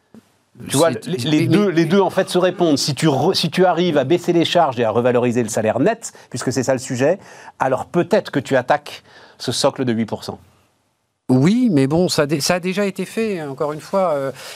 Tu vois, les deux en fait se répondent. Si tu arrives à baisser les charges et à revaloriser le salaire net, puisque c'est ça le sujet, alors peut-être que tu attaques ce socle de 8%. Oui, mais bon, ça a déjà été fait. Encore une fois,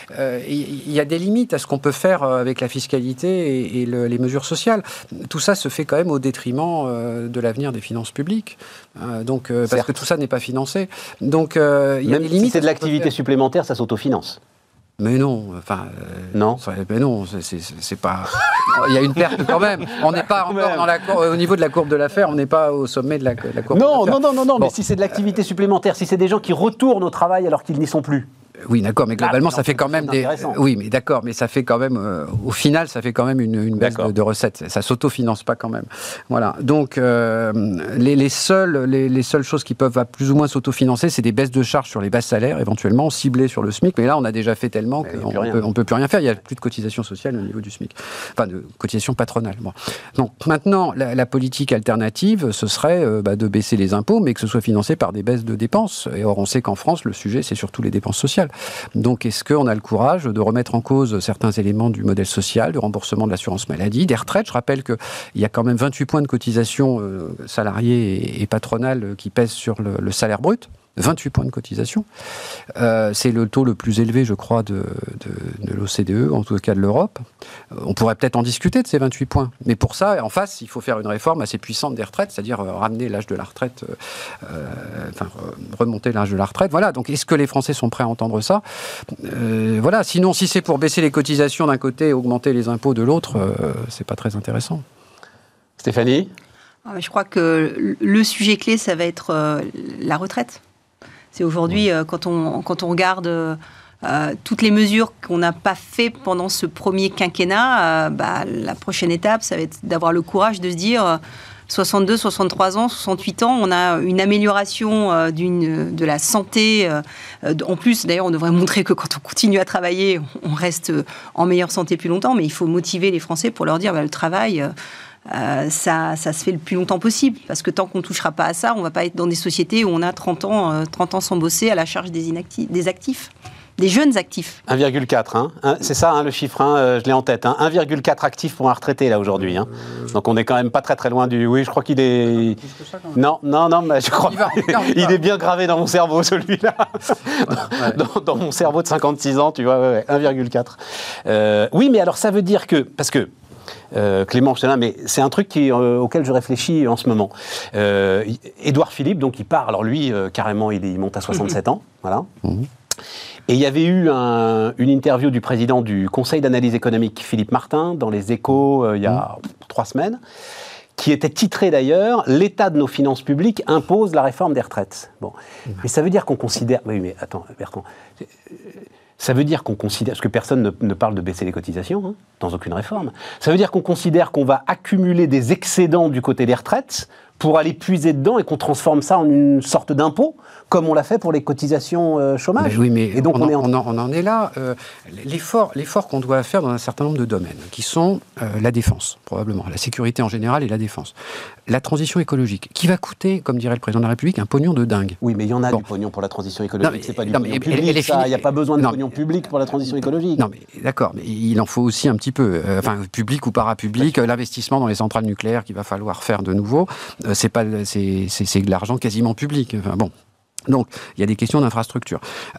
il y a des limites à ce qu'on peut faire avec la fiscalité et les mesures sociales. Tout ça se fait quand même au détriment de l'avenir des finances publiques. Parce que tout ça n'est pas financé. Donc, il y a des limites. Si c'est de l'activité supplémentaire, ça s'autofinance. Mais non, non. Mais non, c'est pas. Il y a une perte quand même. On n'est pas encore au niveau de la courbe de l'affaire. On n'est pas au sommet de la courbe. Non. Bon. Mais si c'est de l'activité supplémentaire, si c'est des gens qui retournent au travail alors qu'ils n'y sont plus. Oui, d'accord, mais globalement, ça fait quand même des... intéressant. Oui, mais d'accord, mais ça fait quand même... au final, ça fait quand même une baisse de recettes. Ça s'autofinance pas quand même. Voilà. Donc, les seules choses qui peuvent plus ou moins s'autofinancer, c'est des baisses de charges sur les bas salaires, éventuellement, ciblées sur le SMIC. Mais là, on a déjà fait tellement qu'on peut plus rien faire. Il n'y a plus de cotisation sociale au niveau du SMIC. Enfin, de cotisation patronale. Bon. Donc, maintenant, la politique alternative, ce serait de baisser les impôts, mais que ce soit financé par des baisses de dépenses. Et or, on sait qu'en France, le sujet, c'est surtout les dépenses sociales. Donc, est-ce qu'on a le courage de remettre en cause certains éléments du modèle social, du remboursement de l'assurance maladie, des retraites? Je rappelle qu'il y a quand même 28 points de cotisation salariés et patronales qui pèsent sur le salaire brut. 28 points de cotisation. C'est le taux le plus élevé, je crois, de l'OCDE, en tout cas de l'Europe. On pourrait peut-être en discuter de ces 28 points. Mais pour ça, en face, il faut faire une réforme assez puissante des retraites, c'est-à-dire ramener l'âge de la retraite, remonter l'âge de la retraite. Voilà. Donc, est-ce que les Français sont prêts à entendre ça? Voilà. Sinon, si c'est pour baisser les cotisations d'un côté et augmenter les impôts de l'autre, c'est pas très intéressant. Stéphanie? Je crois que le sujet clé, ça va être la retraite. C'est aujourd'hui, quand on regarde toutes les mesures qu'on n'a pas fait pendant ce premier quinquennat, la prochaine étape, ça va être d'avoir le courage de se dire 62, 63 ans, 68 ans, on a une amélioration de la santé. En plus, d'ailleurs, on devrait montrer que quand on continue à travailler, on reste en meilleure santé plus longtemps, mais il faut motiver les Français pour leur dire le travail... ça se fait le plus longtemps possible, parce que tant qu'on ne touchera pas à ça, on ne va pas être dans des sociétés où on a 30 ans sans bosser à la charge des actifs, des jeunes actifs. 1,4, c'est ça le chiffre, je l'ai en tête, 1,4 actifs pour un retraité là aujourd'hui. Donc on n'est quand même pas très très loin du... Oui, je crois qu'il est... Non, mais je crois il est bien gravé dans mon cerveau celui-là. Dans mon cerveau de 56 ans, tu vois, 1,4. Oui, mais alors ça veut dire que... Parce que Clément, je sais là, mais c'est un truc auquel je réfléchis en ce moment. Édouard Philippe, donc il part, alors lui, carrément, il monte à 67 ans, voilà. Et il y avait eu une interview du président du Conseil d'analyse économique, Philippe Martin, dans les Échos, il y a 3 semaines, qui était titré d'ailleurs « L'état de nos finances publiques impose la réforme des retraites ». Bon. Mais ça veut dire qu'on considère... Oui, mais attends, Bertrand... Ça veut dire qu'on considère, parce que personne ne parle de baisser les cotisations, dans aucune réforme, ça veut dire qu'on considère qu'on va accumuler des excédents du côté des retraites pour aller puiser dedans et qu'on transforme ça en une sorte d'impôt, comme on l'a fait pour les cotisations chômage. Mais oui, mais et donc on en est là. L'effort qu'on doit faire dans un certain nombre de domaines, qui sont la défense, probablement, la sécurité en général et la défense. La transition écologique, qui va coûter, comme dirait le président de la République, un pognon de dingue. Oui, mais il y en a du pognon pour la transition écologique, c'est pas du pognon public, il n'y a pas besoin de pognon public pour la transition écologique. Non, mais d'accord, mais il en faut aussi un petit peu, public ou parapublic, l'investissement dans les centrales nucléaires qu'il va falloir faire de nouveau, c'est de l'argent quasiment public. Bon. Donc, il y a des questions d'infrastructure.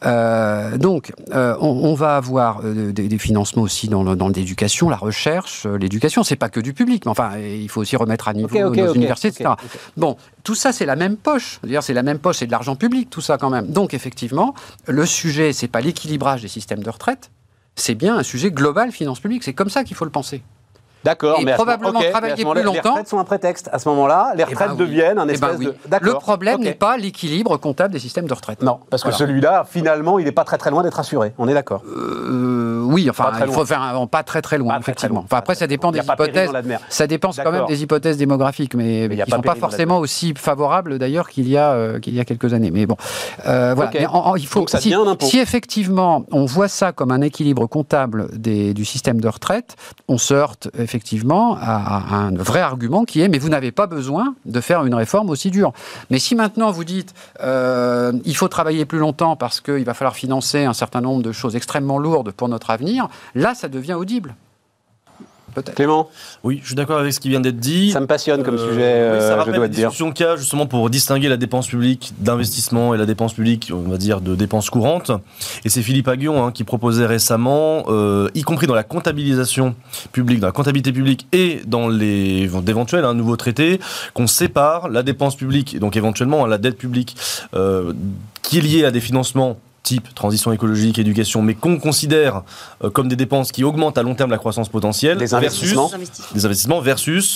On va avoir des financements aussi dans l'éducation, la recherche. L'éducation, c'est pas que du public, mais enfin, il faut aussi remettre à niveau nos universités, etc. Bon, tout ça, c'est la même poche. C'est la même poche, c'est de l'argent public, tout ça quand même. Donc, effectivement, le sujet, c'est pas l'équilibrage des systèmes de retraite, c'est bien un sujet global, finances publiques. C'est comme ça qu'il faut le penser. D'accord, mais probablement travailler plus longtemps. Les retraites sont un prétexte. À ce moment-là, les retraites deviennent un espèce de... Le problème n'est pas l'équilibre comptable des systèmes de retraite. Non, parce que celui-là, finalement, il n'est pas très très loin d'être assuré. On est d'accord. Oui, enfin, il faut faire pas très très loin, effectivement. Enfin, après, ça dépend des hypothèses. Ça dépend quand même des hypothèses démographiques, mais qui ne sont pas forcément aussi favorables d'ailleurs qu'il y a quelques années. Mais bon, voilà. Il faut, si effectivement on voit ça comme un équilibre comptable du système de retraite, on se heurte effectivement à un vrai argument qui est mais vous n'avez pas besoin de faire une réforme aussi dure. Mais si maintenant vous dites il faut travailler plus longtemps parce qu'il va falloir financer un certain nombre de choses extrêmement lourdes pour notre avenir, là ça devient audible. Peut-être. Clément ? Oui, je suis d'accord avec ce qui vient d'être dit. Ça me passionne comme sujet, ça rappelle je dois la te dire. discussion qu'il y a justement pour distinguer la dépense publique d'investissement et la dépense publique, on va dire, de dépenses courantes. Et c'est Philippe Aghion qui proposait récemment, y compris dans la comptabilisation publique, dans la comptabilité publique et dans d'éventuels nouveaux traités, qu'on sépare la dépense publique et donc éventuellement la dette publique qui est liée à des financements type transition écologique, éducation, mais qu'on considère comme des dépenses qui augmentent à long terme la croissance potentielle, des investissements versus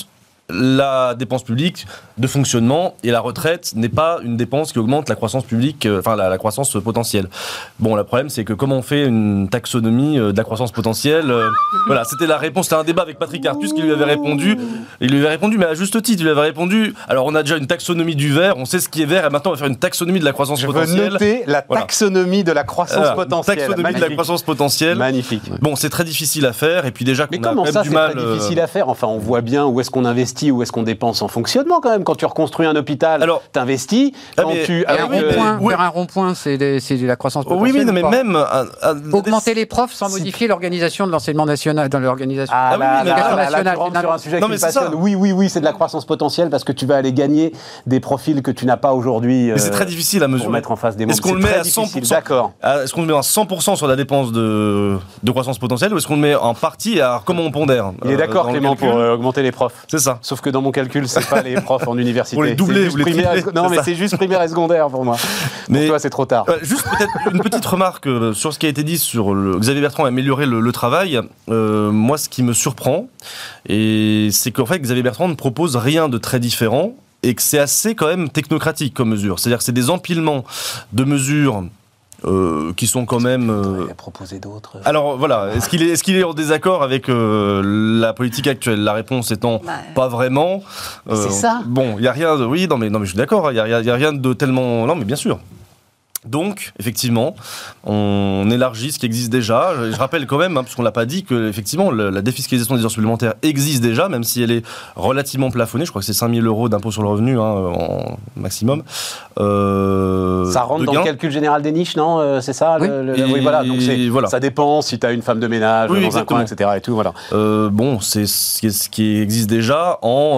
la dépense publique de fonctionnement et la retraite n'est pas une dépense qui augmente la croissance publique, la croissance potentielle. Bon, le problème, c'est que comment on fait une taxonomie de la croissance potentielle Voilà, c'était la réponse. C'était un débat avec Patrick Artus qui lui avait répondu. Il lui avait répondu, mais à juste titre, il lui avait répondu. Alors, on a déjà une taxonomie du vert, on sait ce qui est vert, et maintenant, on va faire une taxonomie de la croissance potentielle. Je veux noter la taxonomie de la croissance potentielle. Taxonomie Magnifique. de la croissance potentielle. Magnifique. Bon, c'est très difficile à faire, et puis déjà qu'on mais a comment quand ça, même du mal. C'est très difficile à faire. Enfin, on voit bien où est-ce qu'on investit, où est-ce qu'on dépense en fonctionnement quand même. Quand tu reconstruis un hôpital, t'investis. Faire un rond-point, c'est la croissance potentielle. Oui, mais même augmenter les profs sans modifier l'organisation de l'enseignement national, dans l'organisation. Sur un sujet qui me passionne. Oui, c'est de la croissance potentielle parce que tu vas aller gagner des profils que tu n'as pas aujourd'hui. Mais c'est très difficile à mesurer. Pour mettre en face des mots. Est-ce qu'on le met à 100%? D'accord. Est-ce qu'on le met à 100% sur la dépense de croissance potentielle ou est-ce qu'on le met en partie à comment on pondère? Il est d'accord, Clément, pour augmenter les profs. C'est ça. Sauf que dans mon calcul, c'est pas les profs en université. Pour les doubler ou les tripler. Non, mais c'est juste primaire et secondaire pour moi. Mais pour toi, c'est trop tard. Juste peut-être une petite remarque sur ce qui a été dit sur Xavier Bertrand améliorer le travail. Moi, ce qui me surprend, c'est qu'en fait, Xavier Bertrand ne propose rien de très différent et que c'est assez quand même technocratique comme mesure. C'est-à-dire que c'est des empilements de mesures qui sont quand même. Il a proposé d'autres. Alors voilà, est-ce qu'il est en désaccord avec la politique actuelle? La réponse étant pas vraiment. C'est ça. Bon, il y a rien de. Oui, non mais je suis d'accord. Il y a rien de tellement. Non mais bien sûr. Donc, effectivement, on élargit ce qui existe déjà. Je rappelle quand même, parce qu'on ne l'a pas dit, que effectivement, la défiscalisation des heures supplémentaires existe déjà, même si elle est relativement plafonnée. Je crois que c'est 5 000 € d'impôt sur le revenu en maximum. Ça rentre dans le calcul général des niches, non? C'est ça? Oui, voilà. Donc ça dépend si tu as une femme de ménage dans un coin, etc. Et tout, voilà. C'est ce qui existe déjà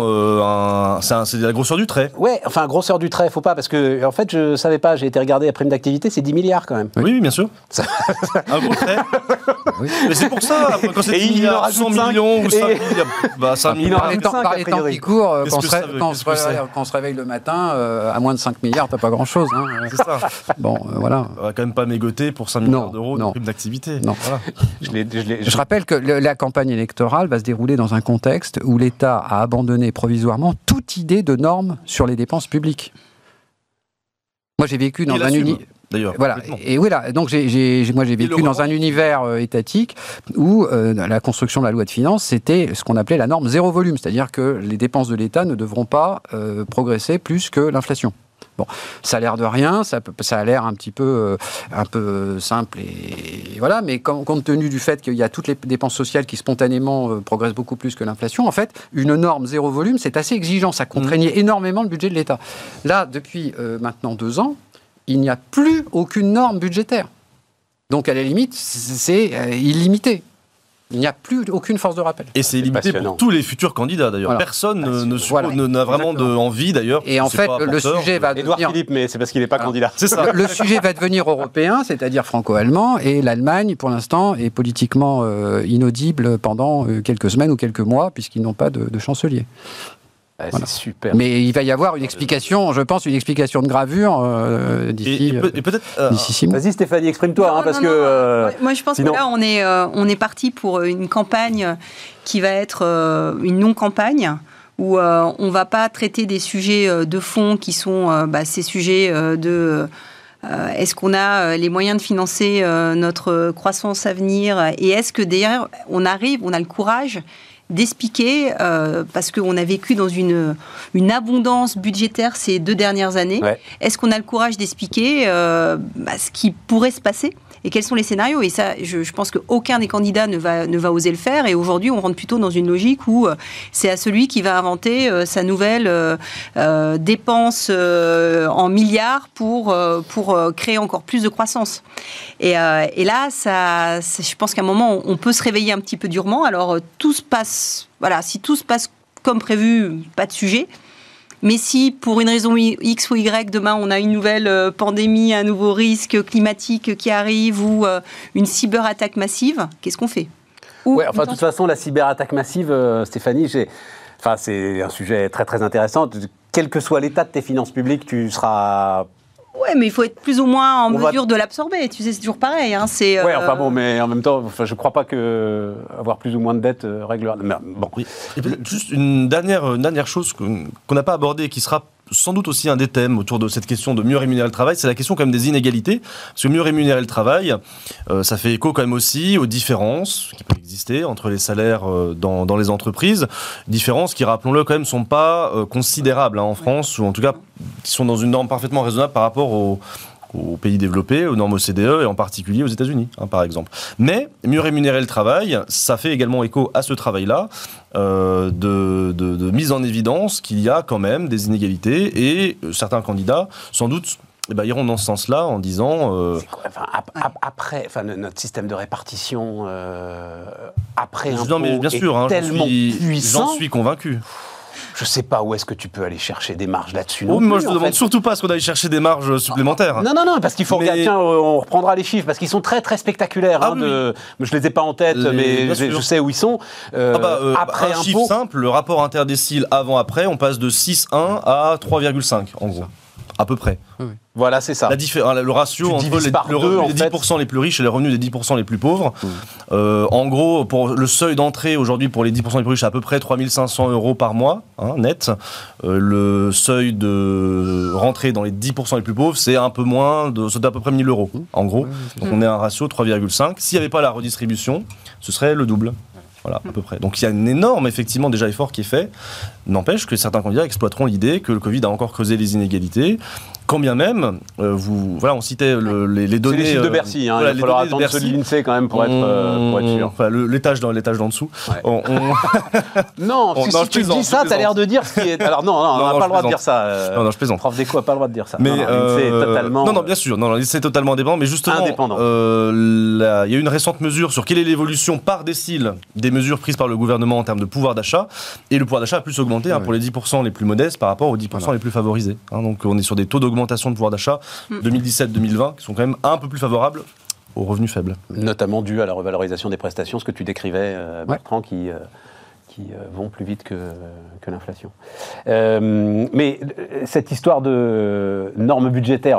c'est la grosseur du trait. Ouais, enfin, grosseur du trait, faut pas, parce que, en fait, je savais pas, j'ai été regarder la prime d'activité, c'est 10 milliards quand même. Oui, bien sûr. Un gros trait. Oui. Mais c'est pour ça, quand c'est 10 milliards, 100 millions ou 5 milliards, 5 milliards. Par les temps qui courent, quand on se réveille le matin, à moins de 5 milliards, t'as pas grand-chose. Hein. C'est ça. Bon, voilà. On va quand même pas mégoter pour 5 milliards d'euros de prime d'activité. Non. Voilà. Je rappelle que la campagne électorale va se dérouler dans un contexte où l'État a abandonné provisoirement toute idée de normes sur les dépenses publiques. Moi, j'ai vécu dans un univers. D'ailleurs. Voilà. Et voilà. Donc, j'ai vécu dans un univers étatique où la construction de la loi de finances, c'était ce qu'on appelait la norme zéro volume, c'est-à-dire que les dépenses de l'État ne devront pas progresser plus que l'inflation. Bon, ça a l'air de rien, ça a l'air un peu simple et voilà, mais compte tenu du fait qu'il y a toutes les dépenses sociales qui spontanément progressent beaucoup plus que l'inflation, en fait, une norme zéro volume, c'est assez exigeant, ça contraignait énormément le budget de l'État. Là, depuis maintenant 2 ans, il n'y a plus aucune norme budgétaire. Donc, à la limite, c'est illimité. Il n'y a plus aucune force de rappel. Et c'est limité pour tous les futurs candidats, d'ailleurs. Voilà. Personne n'a vraiment envie, d'ailleurs. Et en fait, le sujet va devenir... Édouard Philippe, mais c'est parce qu'il n'est pas candidat. C'est ça. Le sujet va devenir européen, c'est-à-dire franco-allemand, et l'Allemagne, pour l'instant, est politiquement inaudible pendant quelques semaines ou quelques mois, puisqu'ils n'ont pas de chancelier. Voilà. C'est super. Mais il va y avoir une explication, je pense, une explication de gravure d'ici 6 mois. Vas-y Stéphanie, exprime-toi. Moi je pense que là on est parti pour une campagne qui va être une non-campagne où on ne va pas traiter des sujets de fond qui sont ces sujets de... est-ce qu'on a les moyens de financer notre croissance à venir et est-ce que d'ailleurs on a le courage d'expliquer, parce qu'on a vécu dans une abondance budgétaire ces 2 dernières années. Ouais. Est-ce qu'on a le courage d'expliquer ce qui pourrait se passer et quels sont les scénarios? Et ça, je pense qu'aucun des candidats ne va oser le faire. Et aujourd'hui, on rentre plutôt dans une logique où c'est à celui qui va inventer sa nouvelle dépense en milliards pour créer encore plus de croissance. Et là, je pense qu'à un moment, on peut se réveiller un petit peu durement. Alors, tout se passe... Voilà, si tout se passe comme prévu, pas de sujet. Mais si, pour une raison X ou Y, demain, on a une nouvelle pandémie, un nouveau risque climatique qui arrive ou une cyberattaque massive, qu'est-ce qu'on fait? De toute façon, la cyberattaque massive, Stéphanie, c'est un sujet très, très intéressant. Quel que soit l'état de tes finances publiques, tu seras Ouais, mais il faut être plus ou moins en mesure de l'absorber. Tu sais, c'est toujours pareil. Hein, ouais, enfin bon, mais en même temps, je ne crois pas que avoir plus ou moins de dettes règle. Mais bon. Oui. Et puis, juste une dernière chose qu'on n'a pas abordée et qui sera sans doute aussi un des thèmes autour de cette question de mieux rémunérer le travail, c'est la question quand même des inégalités. Parce que mieux rémunérer le travail, ça fait écho quand même aussi aux différences qui peuvent exister entre les salaires dans les entreprises. Différences qui, rappelons-le, quand même, ne sont pas considérables en France, ou en tout cas qui sont dans une norme parfaitement raisonnable par rapport aux pays développés, aux normes OCDE et en particulier aux États-Unis, par exemple. Mais mieux rémunérer le travail, ça fait également écho à ce travail-là de mise en évidence qu'il y a quand même des inégalités et certains candidats, sans doute, iront dans ce sens-là en disant... Après, notre système de répartition après impôt non, mais bien sûr, est tellement puissant. J'en suis convaincu. Je ne sais pas où est-ce que tu peux aller chercher des marges là-dessus. Moi, je ne demande surtout pas à ce qu'on aille chercher des marges supplémentaires. Non, parce qu'il faut regarder. Tiens, on reprendra les chiffres, parce qu'ils sont très, très spectaculaires. Je ne les ai pas en tête, mais je sais où ils sont. Après un chiffre simple, le rapport interdécile avant-après, on passe de 6,1 à 3,5, en gros. À peu près. Oui. Voilà, c'est ça. Le ratio entre les 10% les plus riches et les revenus des 10% les plus pauvres. En gros, pour le seuil d'entrée aujourd'hui pour les 10% les plus riches, c'est à peu près 3 500 € par mois, net. Le seuil de rentrée dans les 10% les plus pauvres, c'est un peu moins, c'est à peu près 1 000 €, en gros. Donc on est à un ratio 3,5. S'il n'y avait pas la redistribution, ce serait le double. Voilà, à peu près. Donc il y a un énorme, effectivement, déjà effort qui est fait. N'empêche que certains candidats exploiteront l'idée que le Covid a encore creusé les inégalités. Quand bien même, on citait les données... C'est les chiffres de Bercy, il va falloir attendre ceux de l'INSEE quand même pour être sûr. Enfin, l'étage d'en dessous. Ouais. Non, si tu dis ça, t'as l'air de dire ce qui est... Alors non, on n'a pas le droit de dire ça. Non, je plaisante. Prof d'éco n'a pas le droit de dire ça. Mais l'INSEE est totalement... Non, bien sûr, l'INSEE est totalement indépendant, mais justement, il y a une récente mesure sur quelle est l'évolution par décile des mesures prises par le gouvernement en termes de pouvoir d'achat, et le pouvoir d'achat a plus augmenté pour les 10% les plus modestes par rapport aux 10% les plus favorisés. Donc on est sur des taux d'augmentation de pouvoir d'achat 2017-2020 qui sont quand même un peu plus favorables aux revenus faibles. Notamment dû à la revalorisation des prestations, ce que tu décrivais, Bertrand, qui vont plus vite que l'inflation. Mais cette histoire de normes budgétaires,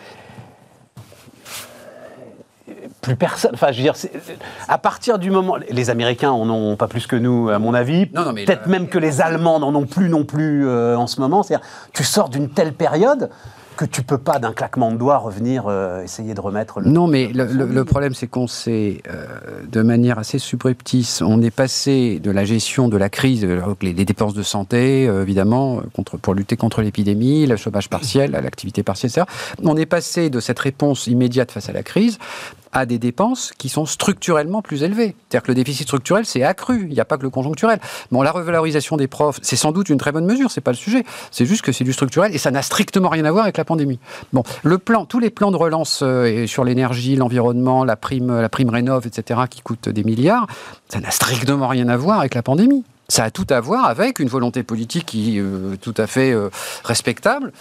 plus personne. Enfin, je veux dire, à partir du moment, les Américains en ont pas plus que nous, à mon avis. Peut-être même que les Allemands n'en ont plus non plus en ce moment. C'est-à-dire, tu sors d'une telle période que tu peux pas d'un claquement de doigts revenir essayer de remettre. Non, mais le problème, c'est qu'on s'est, de manière assez subreptice, on est passé de la gestion de la crise, les dépenses de santé, évidemment, pour lutter contre l'épidémie, le chômage partiel, l'activité partielle, etc. On est passé de cette réponse immédiate face à la crise à des dépenses qui sont structurellement plus élevées. C'est-à-dire que le déficit structurel s'est accru, il n'y a pas que le conjoncturel. Bon, la revalorisation des profs, c'est sans doute une très bonne mesure, c'est pas le sujet. C'est juste que c'est du structurel et ça n'a strictement rien à voir avec la pandémie. Bon, tous les plans de relance sur l'énergie, l'environnement, la prime rénov', etc., qui coûtent des milliards, ça n'a strictement rien à voir avec la pandémie. Ça a tout à voir avec une volonté politique qui est tout à fait respectable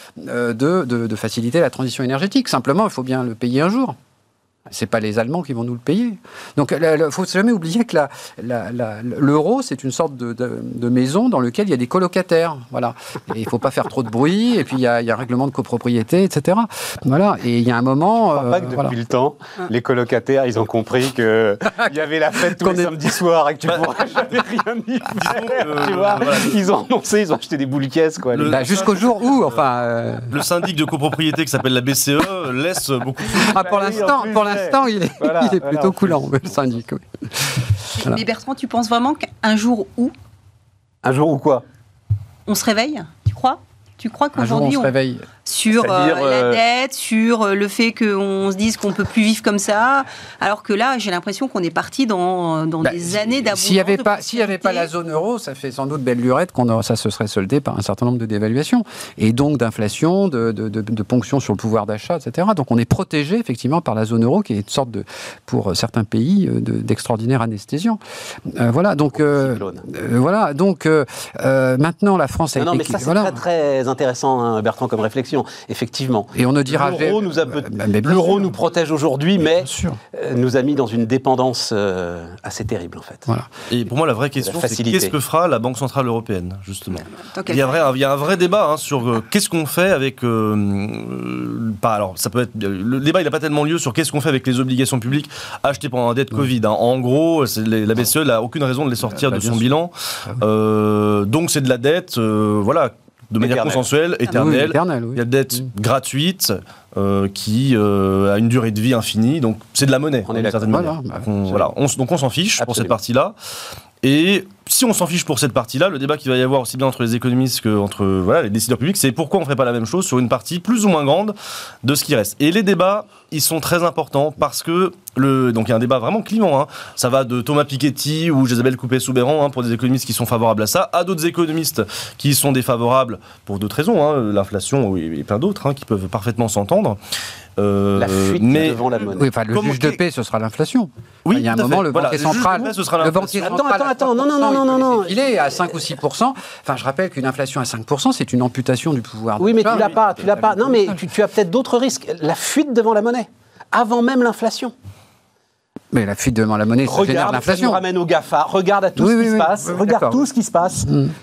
de faciliter la transition énergétique. Simplement, il faut bien le payer un jour. C'est pas les Allemands qui vont nous le payer. Donc, il faut jamais oublier que l'euro, c'est une sorte de maison dans laquelle il y a des colocataires. Voilà. Et il faut pas faire trop de bruit. Et puis, il y a un règlement de copropriété, etc. Voilà. Et il y a un moment... Je crois pas que depuis le temps, les colocataires, ils ont compris qu'il y avait la fête tous les samedis soirs et que tu pourras jamais rien y faire. Tu vois, ils ont annoncé, ils ont acheté des boules caisses. Jusqu'au jour où... Le syndic de copropriété qui s'appelle la BCE laisse beaucoup... Pour l'instant, il est plutôt coulant, le syndic. Oui. Voilà. Mais Bertrand, tu penses vraiment qu'un jour où... Un jour où quoi ? On se réveille, tu crois ? Tu crois qu'aujourd'hui, on se réveille sur la dette, sur le fait qu'on se dise qu'on ne peut plus vivre comme ça, alors que là, j'ai l'impression qu'on est parti dans des années d'abondance. S'il n'y avait pas la zone euro, ça fait sans doute belle lurette ça se serait soldé par un certain nombre de dévaluations, et donc d'inflation, de ponction sur le pouvoir d'achat, etc. Donc on est protégé, effectivement, par la zone euro, qui est une sorte pour certains pays, d'extraordinaire anesthésiant. Voilà, donc... maintenant, la France a été... Non, mais ça, c'est très, très intéressant, Bertrand, comme réflexion. effectivement. Et on ne dira l'euro l'euro nous protège aujourd'hui, mais nous a mis dans une dépendance assez terrible en fait. Voilà. Et pour moi, la vraie question, c'est qu'est-ce que fera la Banque Centrale Européenne, justement. Il y a un vrai débat sur qu'est-ce qu'on fait avec... alors, ça peut être, le débat, il n'a pas tellement lieu sur qu'est-ce qu'on fait avec les obligations publiques achetées pendant la dette Covid. En gros, la BCE n'a aucune raison de les sortir de son bilan. Donc, c'est de la dette, de manière consensuelle, éternelle. Il y a de la dette gratuite qui a une durée de vie infinie. Donc, c'est de la monnaie, d'une certaine manière. Donc, on s'en fiche pour cette partie-là. Et si on s'en fiche pour cette partie-là, le débat qu'il va y avoir aussi bien entre les économistes qu'entre les décideurs publics, c'est pourquoi on ne ferait pas la même chose sur une partie plus ou moins grande de ce qui reste. Et les débats, ils sont très importants parce que donc il y a un débat vraiment clivant. Ça va de Thomas Piketty ou Isabelle Coupet-Soubeyran pour des économistes qui sont favorables à ça, à d'autres économistes qui sont défavorables pour d'autres raisons, l'inflation et plein d'autres qui peuvent parfaitement s'entendre. La fuite devant la monnaie. Oui, le juge de paix, ce sera l'inflation. Oui, il y a un moment, le banquier central. Attends, non. Il est à 5 ou 6%. Enfin, je rappelle qu'une inflation à 5%, c'est une amputation du pouvoir. Oui, mais tu l'as pas. Non, mais tu as peut-être d'autres risques. La fuite devant la monnaie, avant même l'inflation. Mais la fuite devant la monnaie, ça génère l'inflation. Ça nous ramène au GAFA. Regarde à tout ce qui se passe. Regarde tout ce qui se passe.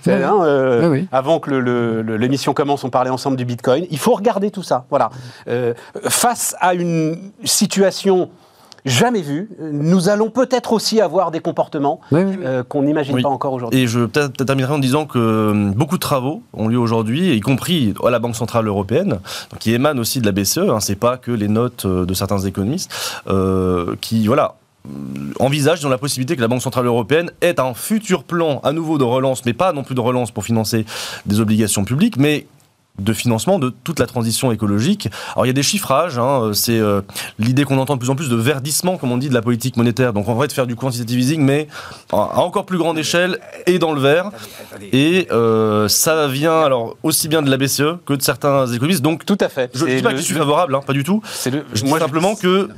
Avant que l'émission commence, on parlait ensemble du Bitcoin. Il faut regarder tout ça. Voilà. Face à une situation jamais vue, nous allons peut-être aussi avoir des comportements qu'on n'imagine pas encore aujourd'hui. Et je terminerai en disant que beaucoup de travaux ont lieu aujourd'hui, y compris à la Banque Centrale Européenne, qui émanent aussi de la BCE. C'est pas que les notes de certains économistes qui envisagent la possibilité que la Banque Centrale Européenne ait un futur plan à nouveau de relance, mais pas non plus de relance pour financer des obligations publiques, mais de financement de toute la transition écologique. Alors il y a des chiffrages, c'est l'idée qu'on entend de plus en plus de verdissement, comme on dit, de la politique monétaire. Donc en vrai de faire du quantitative easing, mais à encore plus grande échelle et dans le vert. Et ça vient alors aussi bien de la BCE que de certains économistes. Donc tout à fait. Je ne dis pas que je suis favorable, pas du tout. Je dis simplement que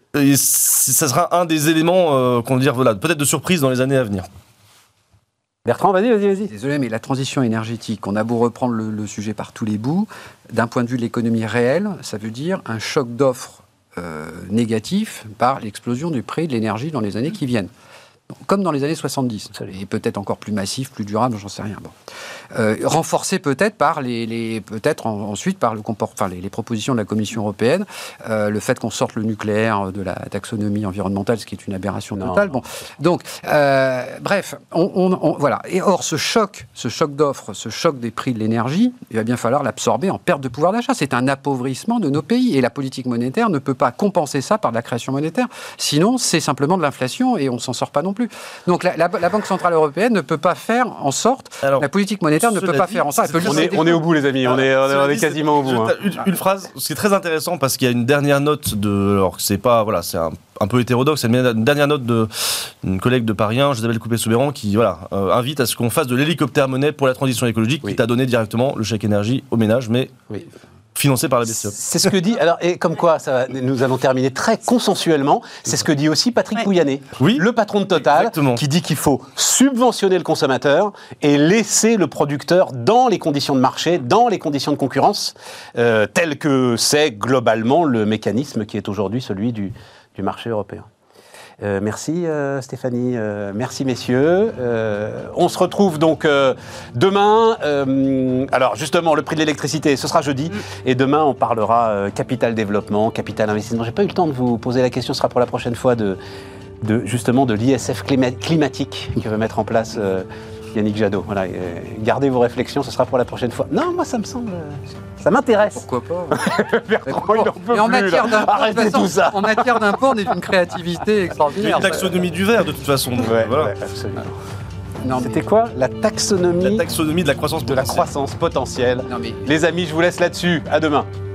ça sera un des éléments peut-être de surprise dans les années à venir. Bertrand, vas-y. Désolé, mais la transition énergétique, on a beau reprendre le sujet par tous les bouts, d'un point de vue de l'économie réelle, ça veut dire un choc d'offres négatif par l'explosion du prix de l'énergie dans les années qui viennent. Comme dans les années 70, et peut-être encore plus massif, plus durable, j'en sais rien. Renforcé peut-être par ensuite par les propositions de la Commission européenne, le fait qu'on sorte le nucléaire de la taxonomie environnementale, ce qui est une aberration totale. Donc, bref, voilà. Et or, ce choc d'offres, ce choc des prix de l'énergie, il va bien falloir l'absorber en perte de pouvoir d'achat. C'est un appauvrissement de nos pays, et la politique monétaire ne peut pas compenser ça par de la création monétaire. Sinon, c'est simplement de l'inflation, et on s'en sort pas non plus. Donc la Banque Centrale Européenne ne peut pas faire en sorte, la politique monétaire ne peut pas faire en sorte. On est au bout, les amis, on est quasiment au bout. Une phrase, ce qui est très intéressant, parce qu'il y a une dernière note alors c'est pas, c'est un peu hétérodoxe, c'est une dernière note d'une collègue de Paris 1, Isabelle Coupet-Soubeyran, qui invite à ce qu'on fasse de l'hélicoptère-monnaie pour la transition écologique, qui t'a donné directement le chèque énergie aux ménages, mais financé par la BCE. C'est ce que dit, et comme quoi, nous allons terminer très consensuellement, c'est ce que dit aussi Patrick Pouyanné, le patron de Total, qui dit qu'il faut subventionner le consommateur et laisser le producteur dans les conditions de marché, dans les conditions de concurrence, tel que c'est globalement le mécanisme qui est aujourd'hui celui du marché européen. Merci Stéphanie, merci messieurs. On se retrouve donc demain. Alors justement, le prix de l'électricité, ce sera jeudi. Et demain, on parlera capital développement, capital investissement. J'ai pas eu le temps de vous poser la question, ce sera pour la prochaine fois justement de l'ISF climatique que va mettre en place Yannick Jadot. Voilà, gardez vos réflexions, ce sera pour la prochaine fois. Non, moi ça me semble... Ça m'intéresse. Pourquoi pas Bertrand, il n'en peut plus, arrêtez tout ça. En matière d'impôt, on est d'une créativité extraordinaire. Il y a une taxonomie du vert, de toute façon. Ouais, absolument. C'était quoi ? La taxonomie de la croissance potentielle. potentielle. Les amis, je vous laisse là-dessus. À demain.